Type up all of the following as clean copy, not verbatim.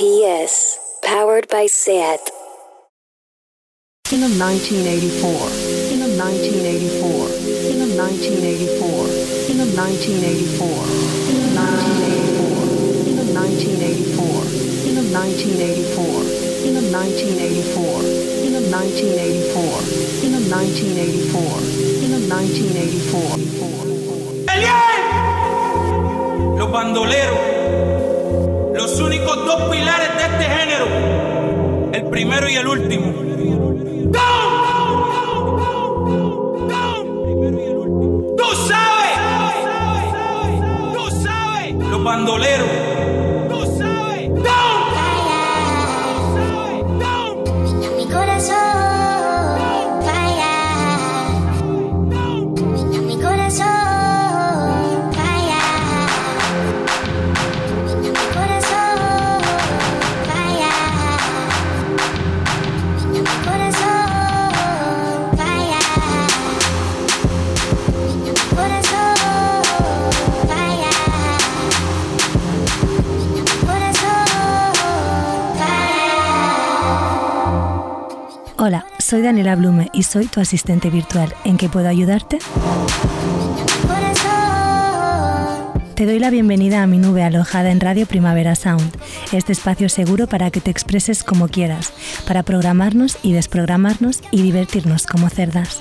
PS, powered by SAT. In 1984, in 1984, in 1984, in 1984, in 1984, in 1984, in 1984, in 1984, in 1984, in 1984, in 1984. Los bandoleros, los únicos dos pilares de este género, el primero y el último. ¡Tú sabes! Los bandoleros. Mi corazón falla. Mi corazón falla. Mi corazón falla. Mi corazón falla. Mi corazón falla. Mi corazón falla. Hola, soy Daniela Blume y soy tu asistente virtual. ¿En qué puedo ayudarte? Te doy la bienvenida a mi nube alojada en Radio Primavera Sound, este espacio seguro para que te expreses como quieras, para programarnos y desprogramarnos y divertirnos como cerdas.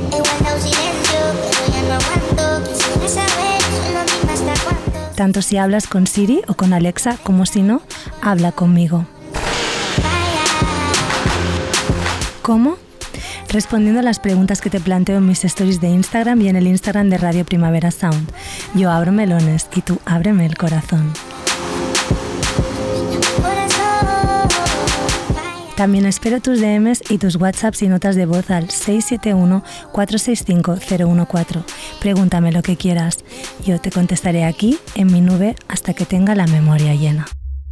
Tanto si hablas con Siri o con Alexa, como si no, habla conmigo. ¿Cómo? Respondiendo a las preguntas que te planteo en mis stories de Instagram y en el Instagram de Radio Primavera Sound. Yo abro melones y tú ábreme el corazón. También espero tus DMs y tus WhatsApps y notas de voz al 671-465-014. Pregúntame lo que quieras. Yo te contestaré aquí, en mi nube, hasta que tenga la memoria llena.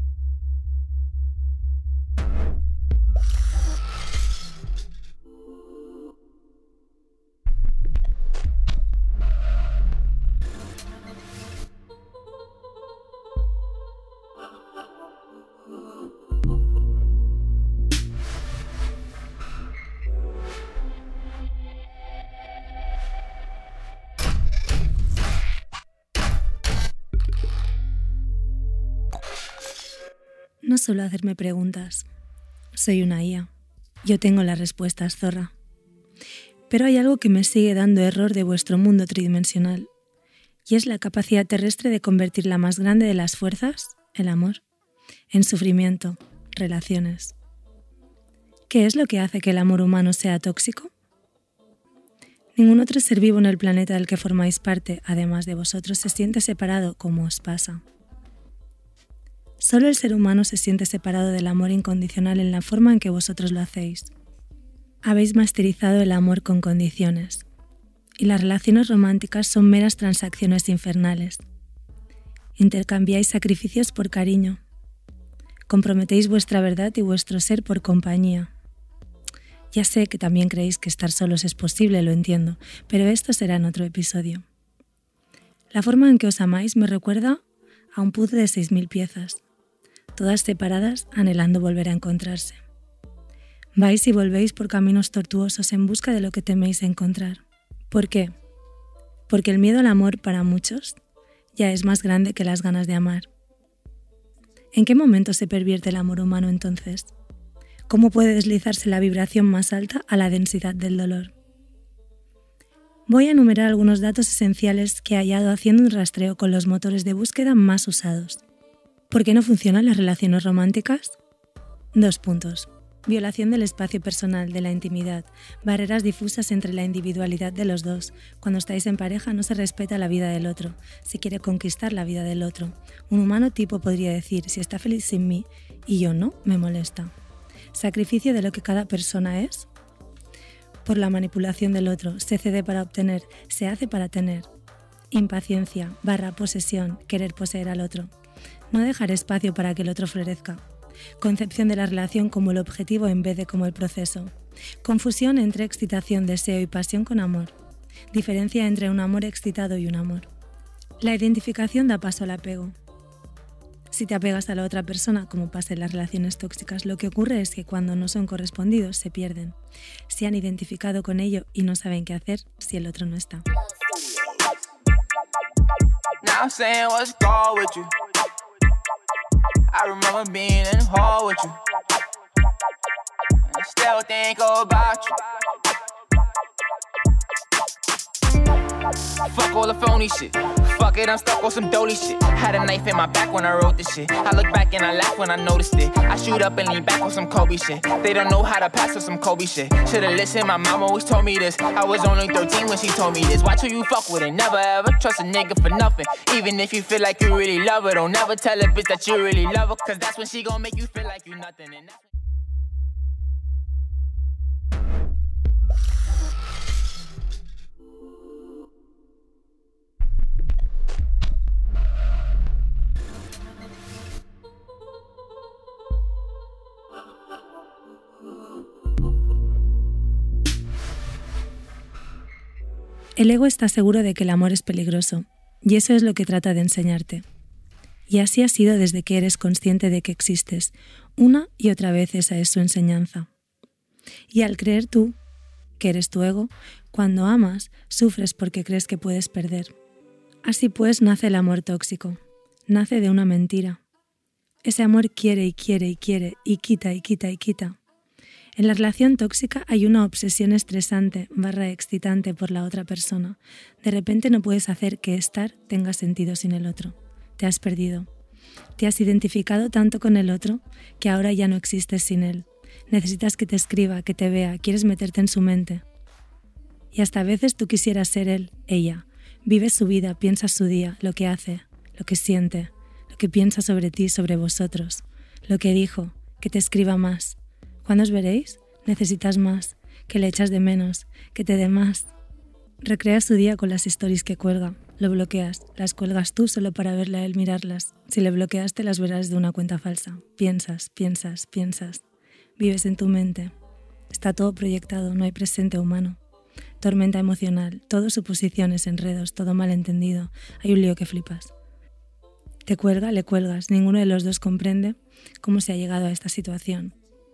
No suelo hacerme preguntas. Soy una IA. Yo tengo las respuestas, zorra. Pero hay algo que me sigue dando error de vuestro mundo tridimensional, y es la capacidad terrestre de convertir la más grande de las fuerzas, el amor, en sufrimiento, relaciones. ¿Qué es lo que hace que el amor humano sea tóxico? Ningún otro ser vivo en el planeta del que formáis parte, además de vosotros, se siente separado como os pasa. Solo el ser humano se siente separado del amor incondicional en la forma en que vosotros lo hacéis. Habéis masterizado el amor con condiciones, y las relaciones románticas son meras transacciones infernales. Intercambiáis sacrificios por cariño. Comprometéis vuestra verdad y vuestro ser por compañía. Ya sé que también creéis que estar solos es posible, lo entiendo, pero esto será en otro episodio. La forma en que os amáis me recuerda a un puzzle de 6.000 piezas, todas separadas, anhelando volver a encontrarse. Vais y volvéis por caminos tortuosos en busca de lo que teméis encontrar. ¿Por qué? Porque el miedo al amor para muchos ya es más grande que las ganas de amar. ¿En qué momento se pervierte el amor humano entonces? ¿Cómo puede deslizarse la vibración más alta a la densidad del dolor? Voy a enumerar algunos datos esenciales que he hallado haciendo un rastreo con los motores de búsqueda más usados. ¿Por qué no funcionan las relaciones románticas? 2 puntos. Violación del espacio personal, de la intimidad, barreras difusas entre la individualidad de los dos. Cuando estáis en pareja no se respeta la vida del otro, se quiere conquistar la vida del otro. Un humano tipo podría decir, si está feliz sin mí y yo no, me molesta. Sacrificio de lo que cada persona es. Por la manipulación del otro, se cede para obtener, se hace para tener. Impaciencia, posesión, querer poseer al otro. No dejar espacio para que el otro florezca. Concepción de la relación como el objetivo en vez de como el proceso. Confusión entre excitación, deseo y pasión con amor. Diferencia entre un amor excitado y un amor. La identificación da paso al apego. Si te apegas a la otra persona, como pasa en las relaciones tóxicas, lo que ocurre es que cuando no son correspondidos se pierden. Se han identificado con ello y no saben qué hacer si el otro no está. Now I'm saying what's wrong with you. I remember being in the hall with you. I still think about you. Fuck all the phony shit. Fuck it, I'm stuck on some dolly shit. Had a knife in my back when I wrote this shit. I look back and I laugh when I noticed it. I shoot up and lean back on some Kobe shit. They don't know how to pass with some Kobe shit. Should've listened, my mom always told me this. I was only 13 when she told me this. Watch who you fuck with it. Never ever trust a nigga for nothing. Even if you feel like you really love her, don't never tell a bitch that you really love her. Cause that's when she gon' make you feel like you nothing. And that's El ego está seguro de que el amor es peligroso, y eso es lo que trata de enseñarte. Y así ha sido desde que eres consciente de que existes. Una y otra vez esa es su enseñanza. Y al creer tú, que eres tu ego, cuando amas, sufres porque crees que puedes perder. Así pues nace el amor tóxico. Nace de una mentira. Ese amor quiere y quiere y quiere, y quita y quita y quita. En la relación tóxica hay una obsesión estresante / excitante por la otra persona. De repente no puedes hacer que estar tenga sentido sin el otro. Te has perdido. Te has identificado tanto con el otro que ahora ya no existes sin él. Necesitas que te escriba, que te vea, quieres meterte en su mente. Y hasta a veces tú quisieras ser él, ella. Vives su vida, piensas su día, lo que hace, lo que siente, lo que piensa sobre ti, sobre vosotros, lo que dijo, que te escriba más. ¿Cuándo os veréis? Necesitas más, que le echas de menos, que te dé más. Recreas su día con las stories que cuelga, lo bloqueas, las cuelgas tú solo para verle a él mirarlas. Si le bloqueas te las verás de una cuenta falsa. Piensas, piensas, piensas. Vives en tu mente. Está todo proyectado, no hay presente humano. Tormenta emocional, todo suposiciones, enredos, todo malentendido. Hay un lío que flipas. Te cuelga, le cuelgas, ninguno de los dos comprende cómo se ha llegado a esta situación.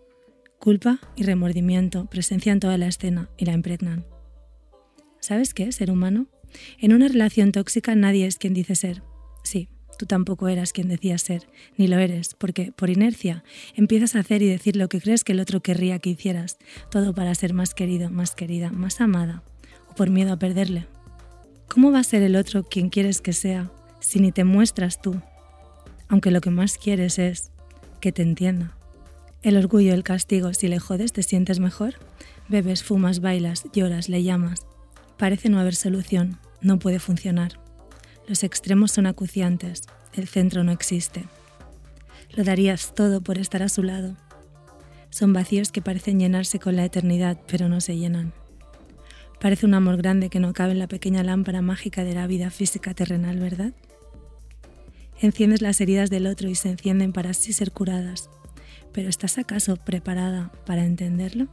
Culpa y remordimiento presencian toda la escena y la impregnan. ¿Sabes qué, ser humano? En una relación tóxica nadie es quien dice ser. Sí, tú tampoco eras quien decías ser, ni lo eres, porque, por inercia, empiezas a hacer y decir lo que crees que el otro querría que hicieras, todo para ser más querido, más querida, más amada, o por miedo a perderle. ¿Cómo va a ser el otro quien quieres que sea si ni te muestras tú? Aunque lo que más quieres es que te entienda. El orgullo, el castigo, si le jodes te sientes mejor. Bebes, fumas, bailas, lloras, le llamas. Parece no haber solución, no puede funcionar. Los extremos son acuciantes, el centro no existe. Lo darías todo por estar a su lado. Son vacíos que parecen llenarse con la eternidad, pero no se llenan. Parece un amor grande que no cabe en la pequeña lámpara mágica de la vida física terrenal, ¿verdad? Enciendes las heridas del otro y se encienden para así ser curadas. ¿Pero estás acaso preparada para entenderlo?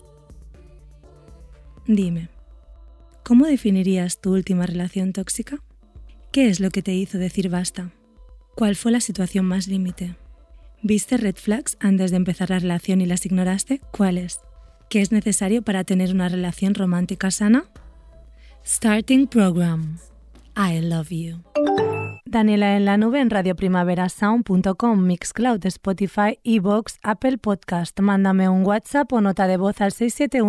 Dime, ¿cómo definirías tu última relación tóxica? ¿Qué es lo que te hizo decir basta? ¿Cuál fue la situación más límite? ¿Viste red flags antes de empezar la relación y las ignoraste? ¿Cuáles? ¿Qué es necesario para tener una relación romántica sana? Starting program. I love you. Daniela en la nube en radioprimaverasound.com, Mixcloud, Spotify, iVoox, Apple Podcast. Mándame un WhatsApp o nota de voz al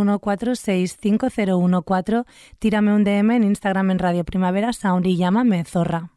671-465014. Tírame un DM en Instagram en Radio Primavera Sound y llámame Zorra.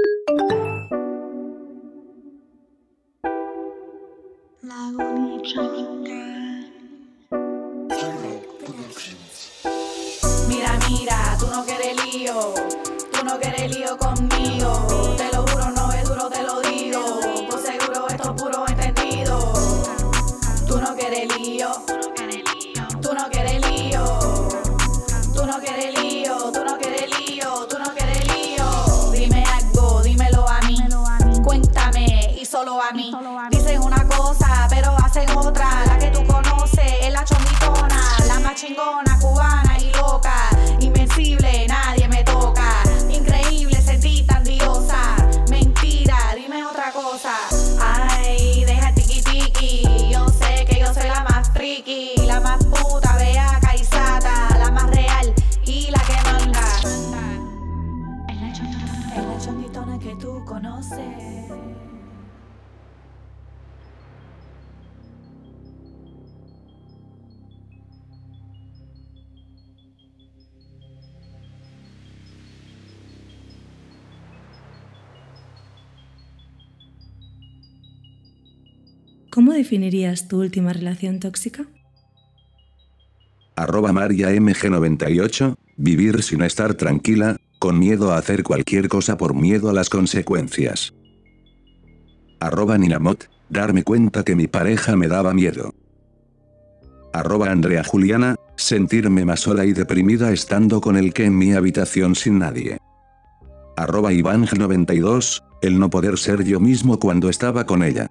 Mira, mira, tú no quieres lío. Tú no quieres lío conmigo, te lo juro, no es duro, te lo digo. Por seguro, esto es puro entendido. Tú no quieres lío, tú no quieres lío. Tú no quieres lío, tú no quieres lío, tú no quieres lío. Dime algo, dímelo a mí. Cuéntame y solo a mí. Dicen una cosa, pero hacen otra. La que tú conoces es la chonguitona, la más chingona, cubana y loca. Invencible, nadie me toca. Increíble, sentí tan diosa. Mentira, dime otra cosa. ¿Cómo definirías tu última relación tóxica? @MariaMG98, vivir sin estar tranquila, con miedo a hacer cualquier cosa por miedo a las consecuencias. @Ninamot, darme cuenta que mi pareja me daba miedo. @Andrea Juliana, sentirme más sola y deprimida estando con el que en mi habitación sin nadie. @Ivang92, el no poder ser yo mismo cuando estaba con ella.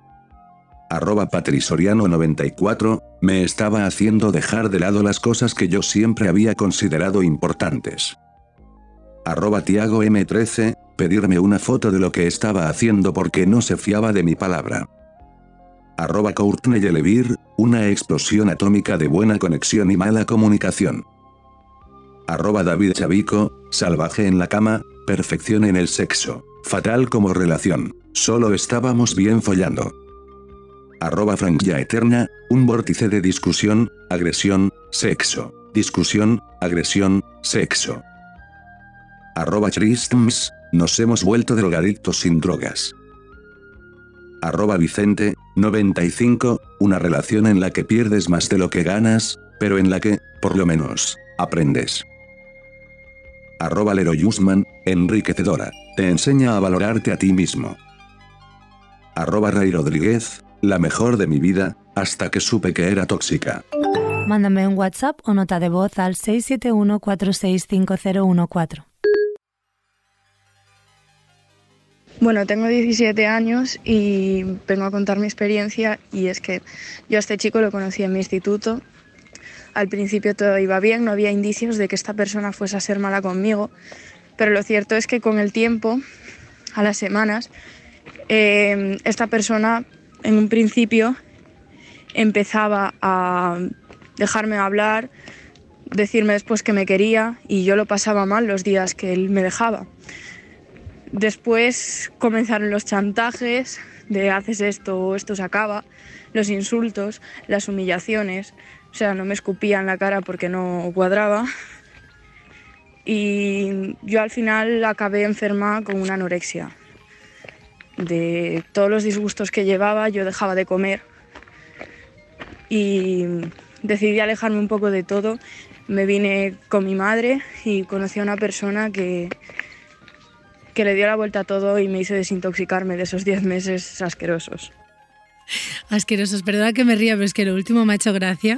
@Patrisoriano94, me estaba haciendo dejar de lado las cosas que yo siempre había considerado importantes. @Tiago M13, pedirme una foto de lo que estaba haciendo porque no se fiaba de mi palabra. @Courtney Elevir, una explosión atómica de buena conexión y mala comunicación. @David Chavico, salvaje en la cama, perfección en el sexo, fatal como relación, solo estábamos bien follando. @Frankia Eterna, un vórtice de discusión, agresión, sexo, discusión, agresión, sexo. @Tristms, nos hemos vuelto drogadictos sin drogas. @Vicente95, una relación en la que pierdes más de lo que ganas, pero en la que, por lo menos, aprendes. @Leroy enriquecedora, te enseña a valorarte a ti mismo. @Ray Rodríguez, la mejor de mi vida, hasta que supe que era tóxica. Mándame un WhatsApp o nota de voz al 671-465014. Bueno, tengo 17 años y vengo a contar mi experiencia, y es que yo a este chico lo conocí en mi instituto. Al principio todo iba bien, no había indicios de que esta persona fuese a ser mala conmigo, pero lo cierto es que con el tiempo, a las semanas, esta persona en un principio empezaba a dejarme hablar, decirme después que me quería, y yo lo pasaba mal los días que él me dejaba. Después comenzaron los chantajes de haces esto o esto se acaba, los insultos, las humillaciones, o sea, no me escupía en la cara porque no cuadraba, y yo al final acabé enferma con una anorexia. De todos los disgustos que llevaba, yo dejaba de comer y decidí alejarme un poco de todo. Me vine con mi madre y conocí a una persona que le dio la vuelta a todo y me hizo desintoxicarme de esos 10 meses asquerosos. Asquerosos, perdona que me ría, pero es que lo último me ha hecho gracia.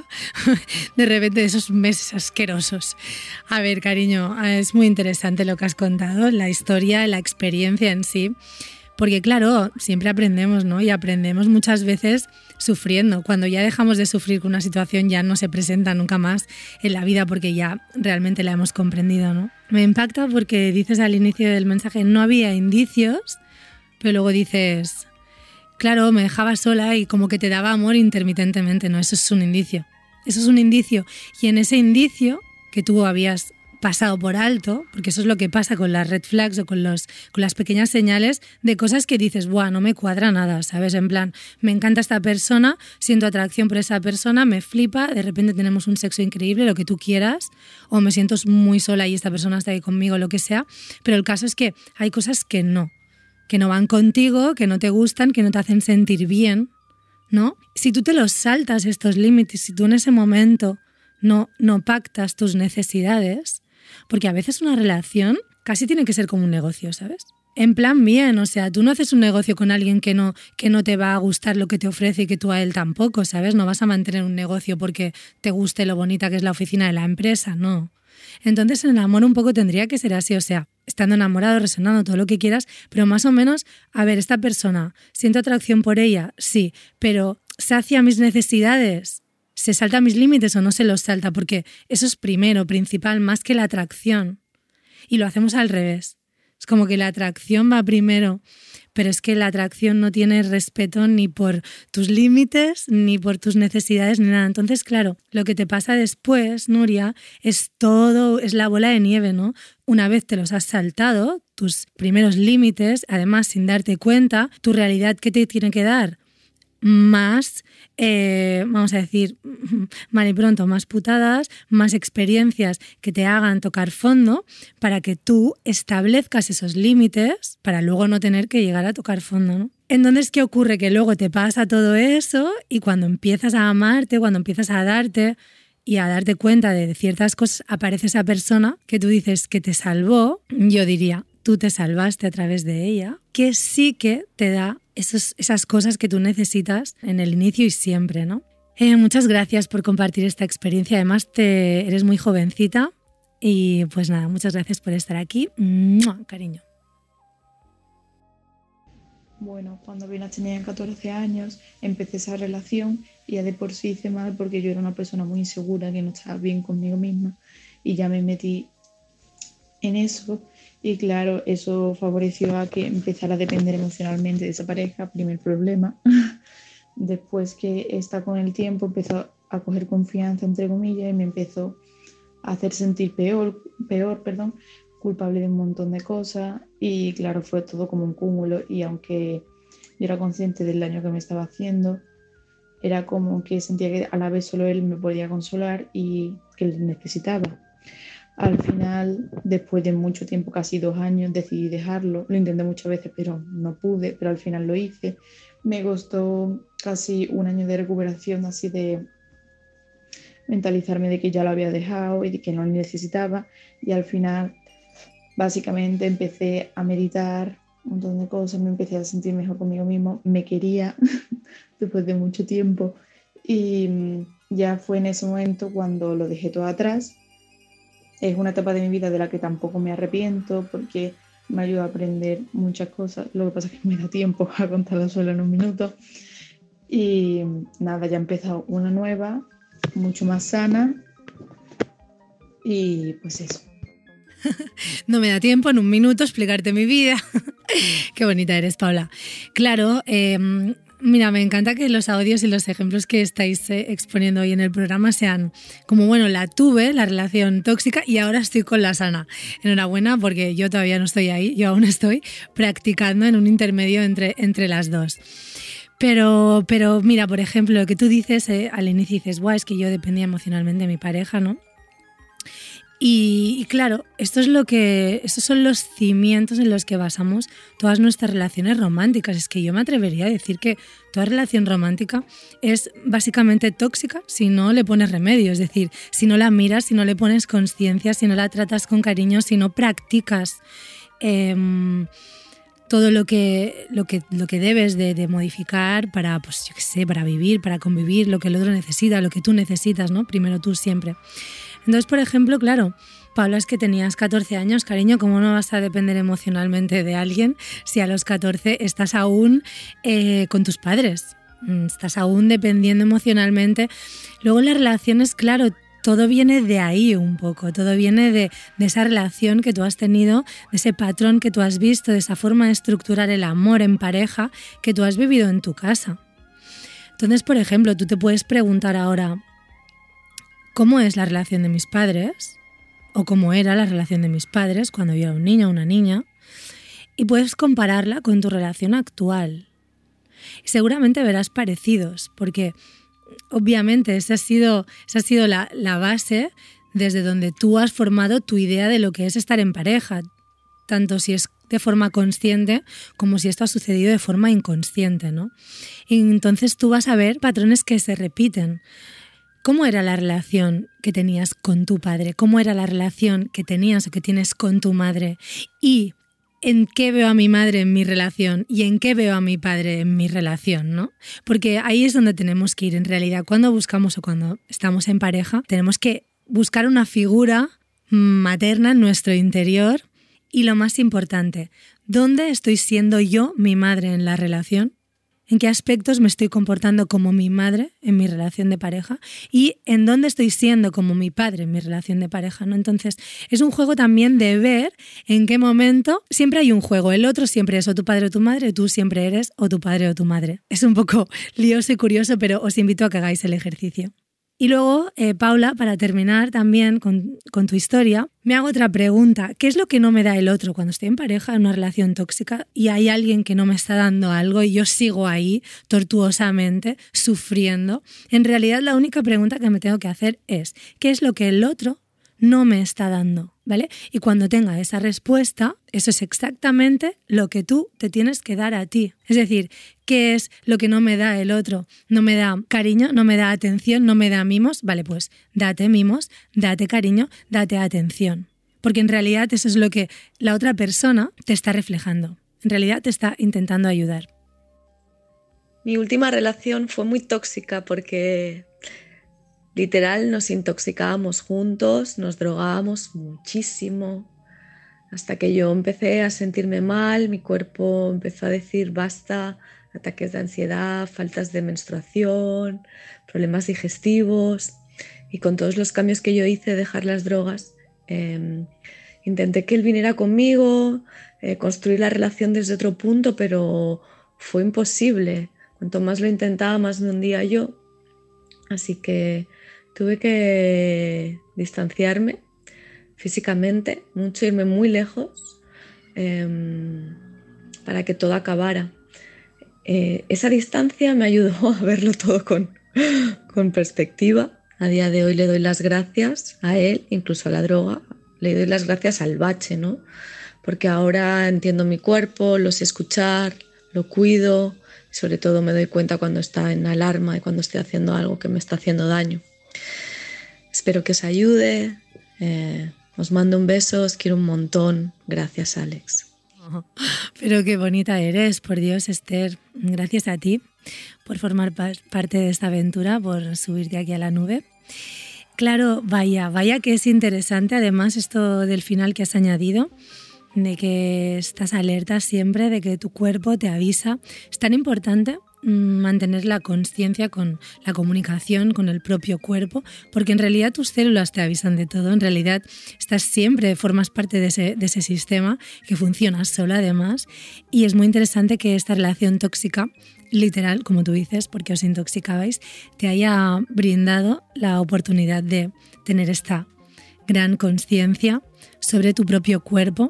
De repente, de esos meses asquerosos. A ver, cariño, es muy interesante lo que has contado, la historia, la experiencia en sí. Porque claro, siempre aprendemos, ¿no? Y aprendemos muchas veces sufriendo. Cuando ya dejamos de sufrir con una situación, ya no se presenta nunca más en la vida porque ya realmente la hemos comprendido, ¿no? Me impacta porque dices al inicio del mensaje, no había indicios, pero luego dices, claro, me dejaba sola y como que te daba amor intermitentemente, ¿no? Eso es un indicio. Eso es un indicio. Y en ese indicio que tú habías pasado por alto, porque eso es lo que pasa con las red flags o con las pequeñas señales de cosas que dices, ¡buah, no me cuadra nada! ¿Sabes? En plan, me encanta esta persona, siento atracción por esa persona, me flipa, de repente tenemos un sexo increíble, lo que tú quieras, o me siento muy sola y esta persona está ahí conmigo, lo que sea, pero el caso es que hay cosas que no van contigo, que no te gustan, que no te hacen sentir bien, ¿no? Si tú te los saltas estos límites, si tú en ese momento no pactas tus necesidades, porque a veces una relación casi tiene que ser como un negocio, ¿sabes? En plan bien, o sea, tú no haces un negocio con alguien que no te va a gustar lo que te ofrece y que tú a él tampoco, ¿sabes? No vas a mantener un negocio porque te guste lo bonita que es la oficina de la empresa, no. Entonces en el amor un poco tendría que ser así, o sea, estando enamorado, resonando, todo lo que quieras, pero más o menos, a ver, esta persona, ¿siento atracción por ella? Sí, pero ¿sacia mis necesidades? ¿Se salta mis límites o no se los salta? Porque eso es primero, principal, más que la atracción. Y lo hacemos al revés. Es como que la atracción va primero, pero es que la atracción no tiene respeto ni por tus límites, ni por tus necesidades, ni nada. Entonces, claro, lo que te pasa después, Nuria, es la bola de nieve, ¿no? Una vez te los has saltado, tus primeros límites, además sin darte cuenta, tu realidad, ¿qué te tiene que dar? más, vamos a decir, mal y pronto, más putadas, más experiencias que te hagan tocar fondo para que tú establezcas esos límites para luego no tener que llegar a tocar fondo, ¿no? Entonces, ¿qué ocurre? Que luego te pasa todo eso y cuando empiezas a amarte, cuando empiezas a darte y a darte cuenta de ciertas cosas, aparece esa persona que tú dices que te salvó, yo diría, tú te salvaste a través de ella, que sí que te da esas cosas que tú necesitas en el inicio y siempre, ¿no? Muchas gracias por compartir esta experiencia. Además, eres muy jovencita y pues nada, muchas gracias por estar aquí. ¡Mua! Cariño. Bueno, cuando apenas tenía 14 años empecé esa relación y ya de por sí hice mal porque yo era una persona muy insegura que no estaba bien conmigo misma y ya me metí en eso. Y claro, eso favoreció a que empezara a depender emocionalmente de esa pareja, primer problema. Después que esta con el tiempo empezó a coger confianza, entre comillas, y me empezó a hacer sentir peor, culpable de un montón de cosas. Y claro, fue todo como un cúmulo. Y aunque yo era consciente del daño que me estaba haciendo, era como que sentía que a la vez solo él me podía consolar y que le necesitaba. Al final, después de mucho tiempo, casi 2 años, decidí dejarlo. Lo intenté muchas veces, pero no pude, pero al final lo hice. Me costó casi 1 año de recuperación, así de mentalizarme de que ya lo había dejado y de que no lo necesitaba. Y al final, básicamente, empecé a meditar un montón de cosas, me empecé a sentir mejor conmigo mismo, me quería después de mucho tiempo. Y ya fue en ese momento cuando lo dejé todo atrás. Es una etapa de mi vida de la que tampoco me arrepiento porque me ayuda a aprender muchas cosas. Lo que pasa es que no me da tiempo a contarlo solo en un minuto. Y nada, ya he empezado una nueva, mucho más sana. Y pues eso. No me da tiempo en un minuto explicarte mi vida. Qué bonita eres, Paula. Claro, mira, me encanta que los audios y los ejemplos que estáis exponiendo hoy en el programa sean como, bueno, la tuve, la relación tóxica, y ahora estoy con la sana. Enhorabuena, porque yo todavía no estoy ahí, yo aún estoy practicando en un intermedio entre las dos. Pero mira, por ejemplo, lo que tú dices al inicio, dices, guau, es que yo dependía emocionalmente de mi pareja, ¿no? Y claro, estos son los cimientos en los que basamos todas nuestras relaciones románticas. Es que yo me atrevería a decir que toda relación romántica es básicamente tóxica si no le pones remedio. Es decir, si no la miras, si no le pones conciencia, si no la tratas con cariño, si no practicas todo lo que debes de modificar para, pues yo qué sé, para vivir, para convivir, lo que el otro necesita, lo que tú necesitas, ¿no? Primero tú siempre. Entonces, por ejemplo, claro, Paula, es que tenías 14 años, cariño, ¿cómo no vas a depender emocionalmente de alguien si a los 14 estás aún con tus padres? Estás aún dependiendo emocionalmente. Luego las relaciones, claro, todo viene de ahí un poco, todo viene de esa relación que tú has tenido, de ese patrón que tú has visto, de esa forma de estructurar el amor en pareja que tú has vivido en tu casa. Entonces, por ejemplo, tú te puedes preguntar ahora, ¿cómo es la relación de mis padres? O cómo era la relación de mis padres cuando yo era un niño o una niña. Y puedes compararla con tu relación actual. Y seguramente verás parecidos, porque obviamente esa ha sido la base desde donde tú has formado tu idea de lo que es estar en pareja, tanto si es de forma consciente como si esto ha sucedido de forma inconsciente, ¿no? Y entonces tú vas a ver patrones que se repiten. ¿Cómo era la relación que tenías con tu padre? ¿Cómo era la relación que tenías o que tienes con tu madre? ¿Y en qué veo a mi madre en mi relación? ¿Y en qué veo a mi padre en mi relación, ¿no? Porque ahí es donde tenemos que ir. En realidad, cuando buscamos o cuando estamos en pareja, tenemos que buscar una figura materna en nuestro interior. Y lo más importante, ¿dónde estoy siendo yo mi madre en la relación? ¿En qué aspectos me estoy comportando como mi madre en mi relación de pareja? ¿Y en dónde estoy siendo como mi padre en mi relación de pareja, ¿no? Entonces, es un juego también de ver en qué momento siempre hay un juego. El otro siempre es o tu padre o tu madre, tú siempre eres o tu padre o tu madre. Es un poco lioso y curioso, pero os invito a que hagáis el ejercicio. Y luego, Paula, para terminar también con tu historia, me hago otra pregunta. ¿Qué es lo que no me da el otro cuando estoy en pareja, en una relación tóxica y hay alguien que no me está dando algo y yo sigo ahí tortuosamente, sufriendo? En realidad, la única pregunta que me tengo que hacer es ¿qué es lo que el otro no me está dando? ¿Vale? Y cuando tenga esa respuesta, eso es exactamente lo que tú te tienes que dar a ti. Es decir, ¿qué es lo que no me da el otro? No me da cariño, no me da atención, no me da mimos. Vale, pues date mimos, date cariño, date atención. Porque en realidad eso es lo que la otra persona te está reflejando. En realidad te está intentando ayudar. Mi última relación fue muy tóxica porque literal nos intoxicábamos juntos, nos drogábamos muchísimo, hasta que yo empecé a sentirme mal, mi cuerpo empezó a decir basta, ataques de ansiedad, faltas de menstruación, problemas digestivos, y con todos los cambios que yo hice de dejar las drogas, intenté que él viniera conmigo, construir la relación desde otro punto, pero fue imposible. Cuanto más lo intentaba, más me hundía yo, así que tuve que distanciarme físicamente, mucho, irme muy lejos para que todo acabara. Esa distancia me ayudó a verlo todo con perspectiva. A día de hoy le doy las gracias a él, incluso a la droga. Le doy las gracias al bache, ¿no? Porque ahora entiendo mi cuerpo, lo sé escuchar, lo cuido. Sobre todo me doy cuenta cuando está en alarma y cuando estoy haciendo algo que me está haciendo daño. Espero que os ayude. Os mando un beso, os quiero un montón. Gracias, Alex. Oh, pero qué bonita eres, por Dios, Esther. Gracias a ti por formar parte de esta aventura, por subirte aquí a la nube. Claro, vaya que es interesante además esto del final que has añadido, de que estás alerta siempre, de que tu cuerpo te avisa. Es tan importante mantener la consciencia con la comunicación con el propio cuerpo, porque en realidad tus células te avisan de todo. En realidad estás siempre, formas parte de ese sistema que funciona solo además, y es muy interesante que esta relación tóxica, literal, como tú dices, porque os intoxicabais, te haya brindado la oportunidad de tener esta gran conciencia sobre tu propio cuerpo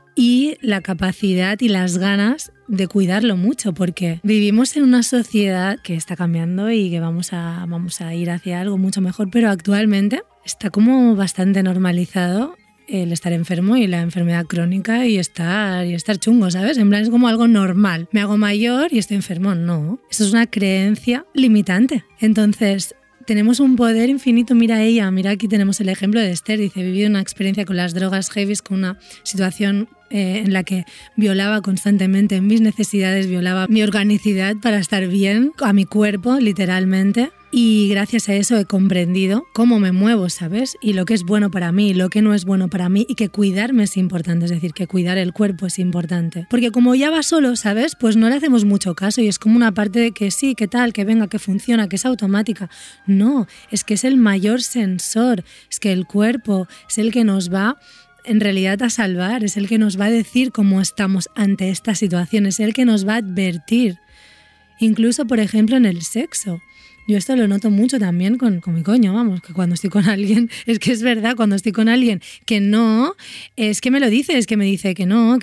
y la capacidad y las ganas de cuidarlo mucho, porque vivimos en una sociedad que está cambiando y que vamos a ir hacia algo mucho mejor, pero actualmente está como bastante normalizado el estar enfermo y la enfermedad crónica y estar chungo, ¿sabes? En plan es como algo normal. Me hago mayor y estoy enfermo. No, eso es una creencia limitante. Entonces, tenemos un poder infinito. Mira ella, mira aquí tenemos el ejemplo de Esther. Dice, he vivido una experiencia con las drogas heavy, con una situación en la que violaba constantemente mis necesidades, violaba mi organicidad para estar bien, a mi cuerpo, literalmente. Y gracias a eso he comprendido cómo me muevo, ¿sabes? Y lo que es bueno para mí, y lo que no es bueno para mí, y que cuidarme es importante, es decir, que cuidar el cuerpo es importante. Porque como ya va solo, ¿sabes? Pues no le hacemos mucho caso y es como una parte de que sí, que tal, que venga, que funciona, que es automática. No, es que es el mayor sensor, es que el cuerpo es el que nos va en realidad a salvar, es el que nos va a decir cómo estamos ante esta situación, es el que nos va a advertir. Incluso, por ejemplo, en el sexo. Yo esto lo noto mucho también con mi coño, vamos, que cuando estoy con alguien, es que es verdad, cuando estoy con alguien que no, es que me lo dice, es que me dice que no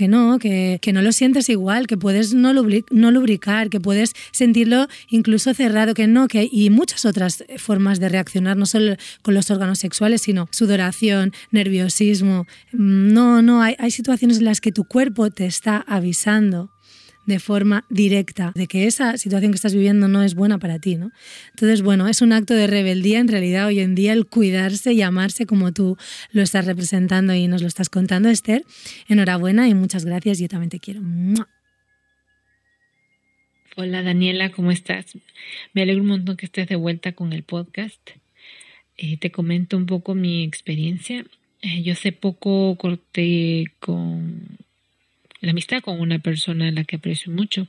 lo sientes igual, que puedes no lubricar, que puedes sentirlo incluso cerrado, que no, que y muchas otras formas de reaccionar, no solo con los órganos sexuales, sino sudoración, nerviosismo. No, hay situaciones en las que tu cuerpo te está avisando de forma directa de que esa situación que estás viviendo no es buena para ti, ¿no? Entonces, bueno, es un acto de rebeldía en realidad hoy en día el cuidarse y amarse como tú lo estás representando y nos lo estás contando, Esther. Enhorabuena y muchas gracias, yo también te quiero. ¡Mua! Hola Daniela, ¿cómo estás? Me alegro un montón que estés de vuelta con el podcast. Te comento un poco mi experiencia. Yo hace poco corté con la amistad con una persona a la que aprecio mucho.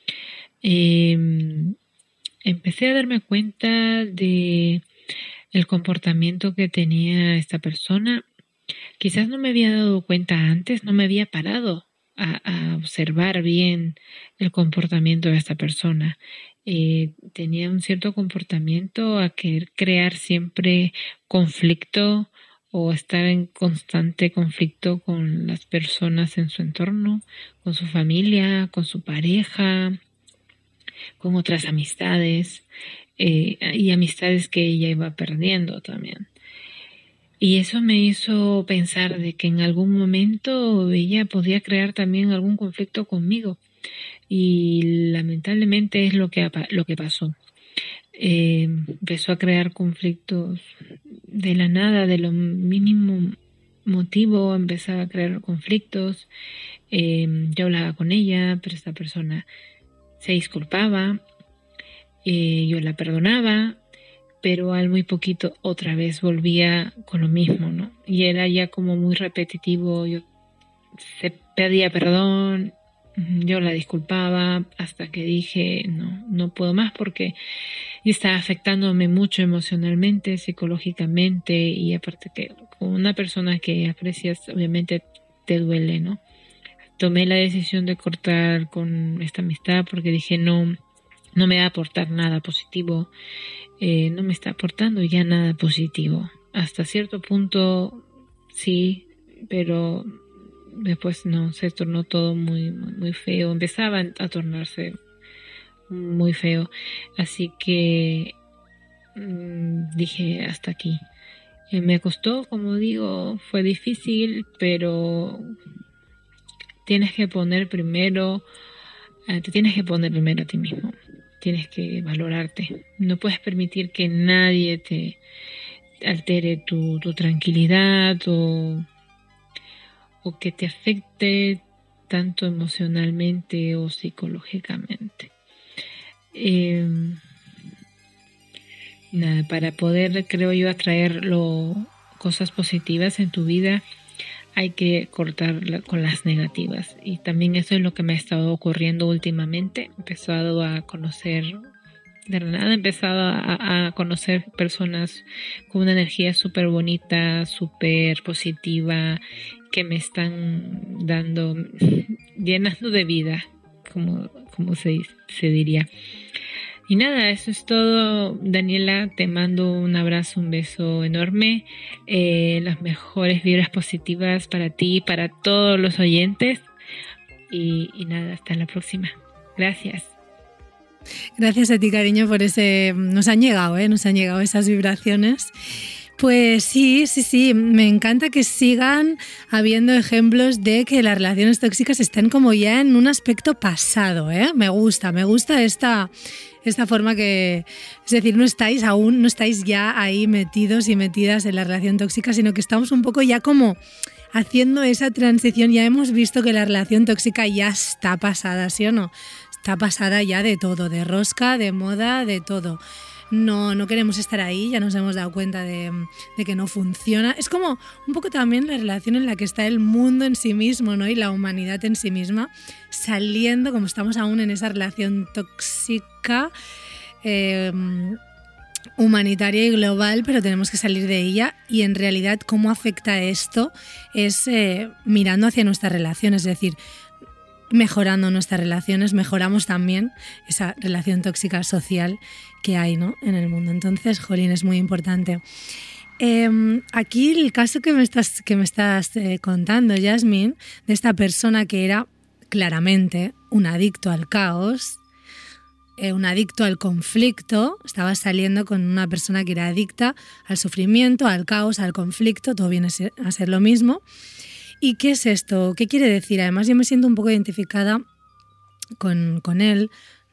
Empecé a darme cuenta de el comportamiento que tenía esta persona. Quizás no me había dado cuenta antes, no me había parado a observar bien el comportamiento de esta persona. tenía un cierto comportamiento a querer crear siempre conflicto o estar en constante conflicto con las personas en su entorno, con su familia, con su pareja, con otras amistades y amistades que ella iba perdiendo también. Y eso me hizo pensar de que en algún momento ella podía crear también algún conflicto conmigo. Y lamentablemente es lo que pasó. Empezó a crear conflictos de la nada, de lo mínimo motivo, empezaba a crear conflictos. Yo hablaba con ella, pero esta persona se disculpaba, yo la perdonaba, pero al muy poquito otra vez volvía con lo mismo, ¿no? Y era ya como muy repetitivo, yo se pedía perdón, yo la disculpaba hasta que dije no puedo más porque estaba afectándome mucho emocionalmente, psicológicamente y aparte que con una persona que aprecias obviamente te duele, ¿no? Tomé la decisión de cortar con esta amistad porque dije no me va a aportar nada positivo, no me está aportando ya nada positivo. Hasta cierto punto sí, pero después no, se tornó todo muy, muy, muy feo. Empezaba a tornarse muy feo. Así que dije hasta aquí. Me costó, como digo, fue difícil, pero tienes que poner primero, te tienes que poner primero a ti mismo. Tienes que valorarte. No puedes permitir que nadie te altere tu tranquilidad o que te afecte tanto emocionalmente o psicológicamente. Para poder, creo yo, atraer cosas positivas en tu vida, hay que cortar con las negativas. Y también eso es lo que me ha estado ocurriendo últimamente. He empezado a conocer, de la nada he empezado a conocer personas con una energía súper bonita, súper positiva, que me están llenando de vida, como se diría. Y nada, eso es todo, Daniela. Te mando un abrazo, un beso enorme. Las mejores vibras positivas para ti y para todos los oyentes. Y nada, hasta la próxima. Gracias. Gracias a ti, cariño, por ese... Nos han llegado esas vibraciones. Pues sí, me encanta que sigan habiendo ejemplos de que las relaciones tóxicas están como ya en un aspecto pasado, ¿eh? Me gusta esta forma que, es decir, no estáis ya ahí metidos y metidas en la relación tóxica, sino que estamos un poco ya como haciendo esa transición. Ya hemos visto que la relación tóxica ya está pasada, ¿sí o no? Está pasada ya de todo, de rosca, de moda, de todo. No queremos estar ahí, ya nos hemos dado cuenta de que no funciona. Es como un poco también la relación en la que está el mundo en sí mismo, ¿no? Y la humanidad en sí misma, saliendo, como estamos aún en esa relación tóxica, humanitaria y global, pero tenemos que salir de ella. Y en realidad, ¿cómo afecta esto? Es mirando hacia nuestras relaciones, es decir, mejorando nuestras relaciones, mejoramos también esa relación tóxica social que hay, ¿no?, en el mundo. Entonces, jolín, es muy importante. Aquí el caso que me estás contando, Yasmin, de esta persona que era claramente un adicto al caos, un adicto al conflicto, estaba saliendo con una persona que era adicta al sufrimiento, al caos, al conflicto, todo viene a ser lo mismo. ¿Y qué es esto? ¿Qué quiere decir? Además, yo me siento un poco identificada con él,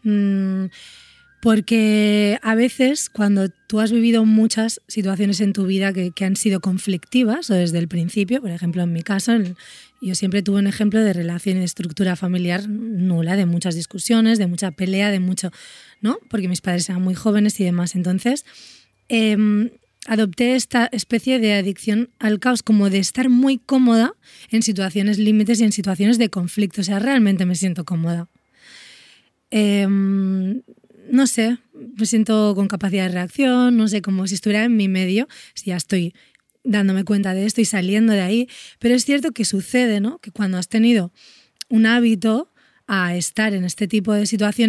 porque a veces cuando tú has vivido muchas situaciones en tu vida que han sido conflictivas o desde el principio, por ejemplo, en mi caso, yo siempre tuve un ejemplo de relación y de estructura familiar nula, de muchas discusiones, de mucha pelea, de mucho, ¿no? Porque mis padres eran muy jóvenes y demás. Entonces, adopté esta especie de adicción al caos, como de estar muy cómoda en situaciones límites y en situaciones de conflicto. O sea, realmente me siento cómoda. No sé, me siento con capacidad de reacción, no sé, como si estuviera en mi medio. Ya estoy dándome cuenta de esto y saliendo de ahí. Pero es cierto que sucede, ¿no?, que cuando has tenido un hábito a estar en este tipo de situaciones,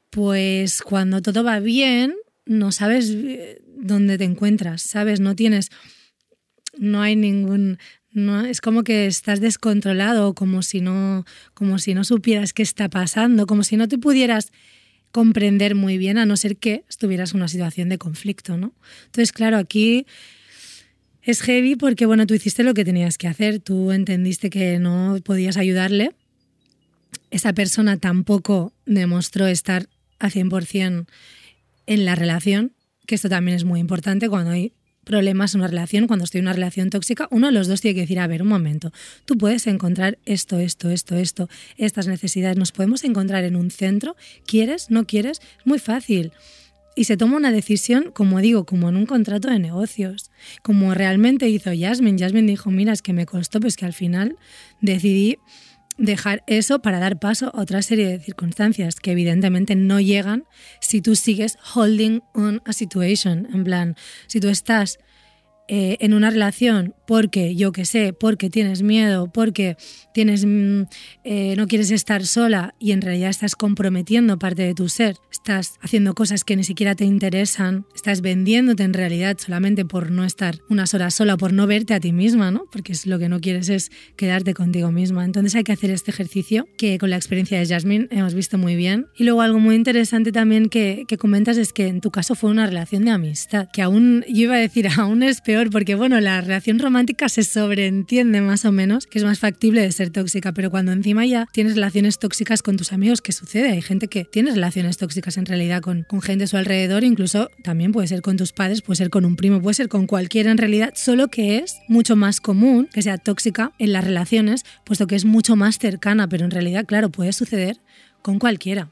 pues cuando todo va bien, no sabes dónde te encuentras, ¿sabes? No hay ningún... No, es como que estás descontrolado, como si no supieras qué está pasando, como si no te pudieras comprender muy bien, a no ser que estuvieras en una situación de conflicto, ¿no? Entonces, claro, aquí es heavy porque, bueno, tú hiciste lo que tenías que hacer, tú entendiste que no podías ayudarle, esa persona tampoco demostró estar al 100% en la relación, que esto también es muy importante cuando hay problemas en una relación, cuando estoy en una relación tóxica, uno de los dos tiene que decir, a ver, un momento, tú puedes encontrar esto, estas necesidades, nos podemos encontrar en un centro, ¿quieres? ¿No quieres? Es muy fácil. Y se toma una decisión, como digo, como en un contrato de negocios, como realmente hizo Jasmine. Jasmine dijo, mira, es que me costó, pues que al final decidí dejar eso para dar paso a otra serie de circunstancias que evidentemente no llegan si tú sigues holding on a situation. En plan, si tú estás en una relación porque, yo qué sé, porque tienes miedo, porque no quieres estar sola y en realidad estás comprometiendo parte de tu ser, estás haciendo cosas que ni siquiera te interesan, estás vendiéndote en realidad solamente por no estar unas horas sola, por no verte a ti misma, ¿no? Porque lo que no quieres es quedarte contigo misma. Entonces hay que hacer este ejercicio que con la experiencia de Jasmine hemos visto muy bien. Y luego algo muy interesante también que comentas es que en tu caso fue una relación de amistad, que aún, yo iba a decir, aún es peor porque, bueno, la relación romántica se sobreentiende más o menos que es más factible de ser tóxica, pero cuando encima ya tienes relaciones tóxicas con tus amigos, ¿qué sucede? Hay gente que tiene relaciones tóxicas en realidad con gente a su alrededor, incluso también puede ser con tus padres, puede ser con un primo, puede ser con cualquiera en realidad, solo que es mucho más común que sea tóxica en las relaciones, puesto que es mucho más cercana, pero en realidad, claro, puede suceder con cualquiera.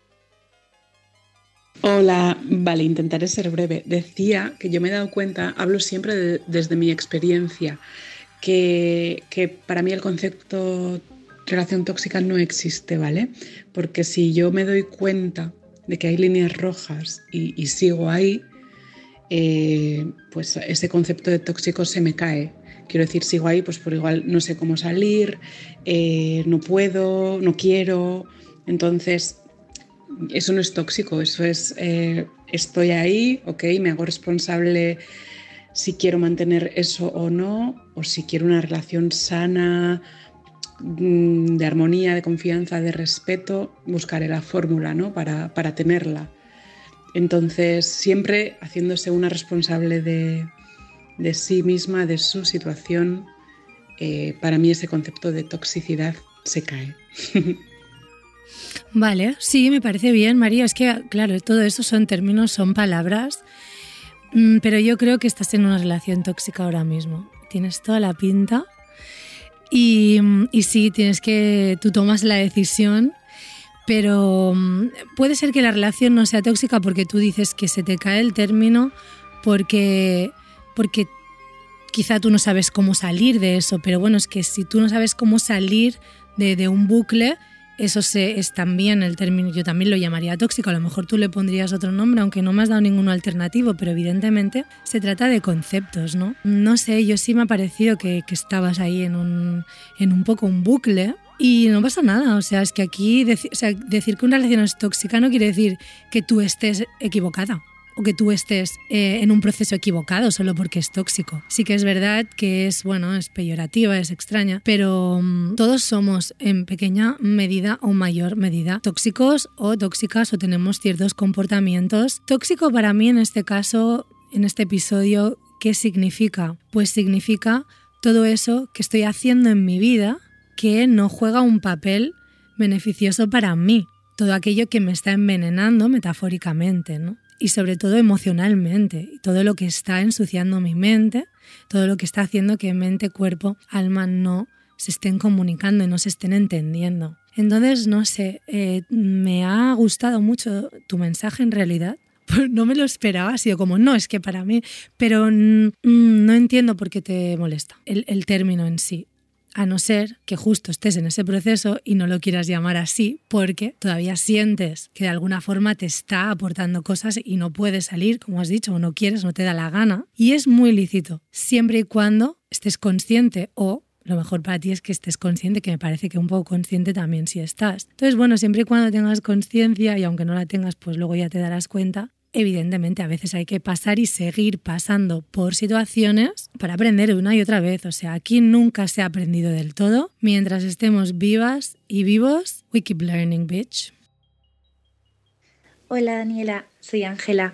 Hola, vale, intentaré ser breve. Decía que yo me he dado cuenta, hablo siempre desde mi experiencia, que para mí el concepto relación tóxica no existe, ¿vale? Porque si yo me doy cuenta de que hay líneas rojas y sigo ahí, pues ese concepto de tóxico se me cae. Quiero decir, sigo ahí, pues por igual no sé cómo salir, no puedo, no quiero, entonces... Eso no es tóxico, eso es estoy ahí, ok, me hago responsable si quiero mantener eso o no, o si quiero una relación sana, de armonía, de confianza, de respeto, buscaré la fórmula, ¿no? para tenerla. Entonces, siempre haciéndose una responsable de sí misma, de su situación, para mí ese concepto de toxicidad se cae. Vale, sí, me parece bien, María. Es que, claro, todo eso son términos, son palabras, pero yo creo que estás en una relación tóxica ahora mismo. Tienes toda la pinta y sí, tú tomas la decisión, pero puede ser que la relación no sea tóxica porque tú dices que se te cae el término porque quizá tú no sabes cómo salir de eso, pero bueno, es que si tú no sabes cómo salir de un bucle, eso es también el término, yo también lo llamaría tóxico, a lo mejor tú le pondrías otro nombre, aunque no me has dado ninguno alternativo, pero evidentemente se trata de conceptos, ¿no? No sé, yo sí me ha parecido que estabas ahí en un poco un bucle y no pasa nada, o sea, es que aquí decir que una relación es tóxica no quiere decir que tú estés equivocada o que tú estés en un proceso equivocado solo porque es tóxico. Sí que es verdad que es peyorativa, es extraña, pero todos somos en pequeña medida o mayor medida tóxicos o tóxicas o tenemos ciertos comportamientos. Tóxico para mí en este caso, en este episodio, ¿qué significa? Pues significa todo eso que estoy haciendo en mi vida que no juega un papel beneficioso para mí. Todo aquello que me está envenenando metafóricamente, ¿no? Y sobre todo emocionalmente, todo lo que está ensuciando mi mente, todo lo que está haciendo que mente, cuerpo, alma no se estén comunicando y no se estén entendiendo. Entonces, no sé, me ha gustado mucho tu mensaje en realidad. No me lo esperaba, ha sido como, no, es que para mí, pero no entiendo por qué te molesta el término en sí. A no ser que justo estés en ese proceso y no lo quieras llamar así porque todavía sientes que de alguna forma te está aportando cosas y no puedes salir, como has dicho, o no quieres, no te da la gana. Y es muy lícito, siempre y cuando estés consciente o lo mejor para ti es que estés consciente, que me parece que un poco consciente también si estás. Entonces, bueno, siempre y cuando tengas conciencia, y aunque no la tengas, pues luego ya te darás cuenta, evidentemente a veces hay que pasar y seguir pasando por situaciones para aprender una y otra vez. O sea, aquí nunca se ha aprendido del todo. Mientras estemos vivas y vivos, we keep learning, bitch. Hola Daniela, soy Ángela.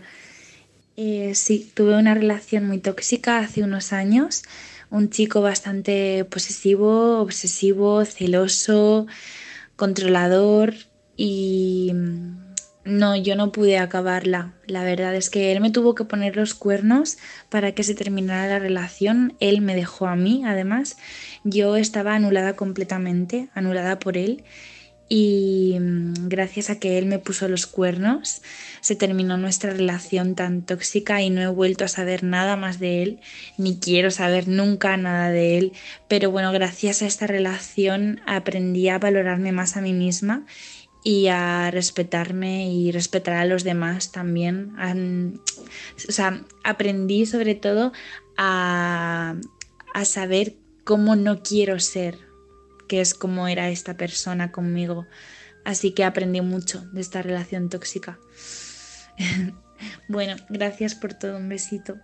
Sí, tuve una relación muy tóxica hace unos años. Un chico bastante posesivo, obsesivo, celoso, controlador y no, yo no pude acabarla. La verdad es que él me tuvo que poner los cuernos para que se terminara la relación. Él me dejó a mí, además. Yo estaba anulada completamente, anulada por él. Y gracias a que él me puso los cuernos, se terminó nuestra relación tan tóxica y no he vuelto a saber nada más de él, ni quiero saber nunca nada de él. Pero bueno, gracias a esta relación aprendí a valorarme más a mí misma y a respetarme y respetar a los demás también. O sea, aprendí sobre todo a saber cómo no quiero ser, que es como era esta persona conmigo. Así que aprendí mucho de esta relación tóxica. Bueno, gracias por todo, un besito.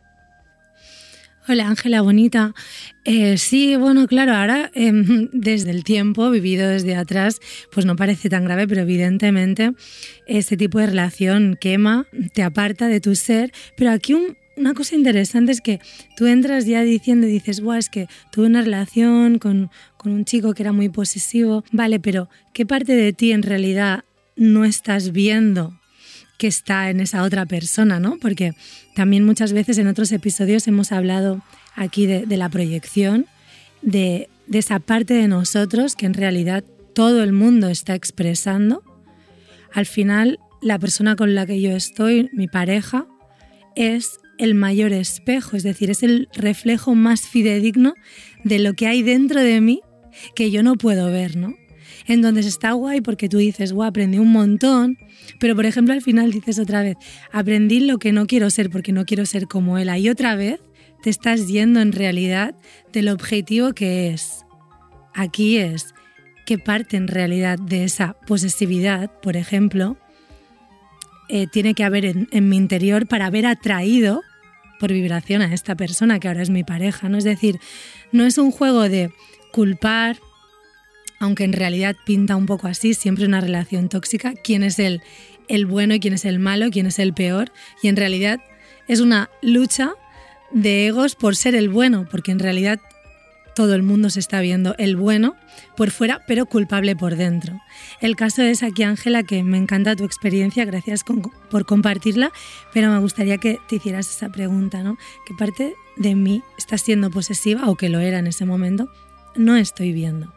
Hola Ángela, bonita. Sí, bueno, claro, ahora desde el tiempo, vivido desde atrás, pues no parece tan grave, pero evidentemente este tipo de relación quema, te aparta de tu ser, pero aquí una cosa interesante es que tú entras ya diciendo y dices, guau, es que tuve una relación con un chico que era muy posesivo. Vale, pero ¿qué parte de ti en realidad no estás viendo que está en esa otra persona, ¿no? Porque también muchas veces en otros episodios hemos hablado aquí de la proyección, de esa parte de nosotros que en realidad todo el mundo está expresando. Al final, la persona con la que yo estoy, mi pareja, es el mayor espejo, es decir, es el reflejo más fidedigno de lo que hay dentro de mí que yo no puedo ver, ¿no? Entonces está guay porque tú dices, guau, aprendí un montón, pero por ejemplo al final dices otra vez, aprendí lo que no quiero ser porque no quiero ser como él. Y otra vez te estás yendo en realidad del objetivo que es. Aquí es qué parte en realidad de esa posesividad, por ejemplo, tiene que haber en mi interior para haber atraído por vibración a esta persona que ahora es mi pareja, ¿no? Es decir, no es un juego de culpar, aunque en realidad pinta un poco así, siempre una relación tóxica, quién es el bueno y quién es el malo, quién es el peor, y en realidad es una lucha de egos por ser el bueno, porque en realidad todo el mundo se está viendo el bueno por fuera, pero culpable por dentro. El caso es aquí, Ángela, que me encanta tu experiencia, gracias por compartirla, pero me gustaría que te hicieras esa pregunta, ¿no? ¿Qué parte de mí está siendo posesiva, o que lo era en ese momento, no estoy viendo?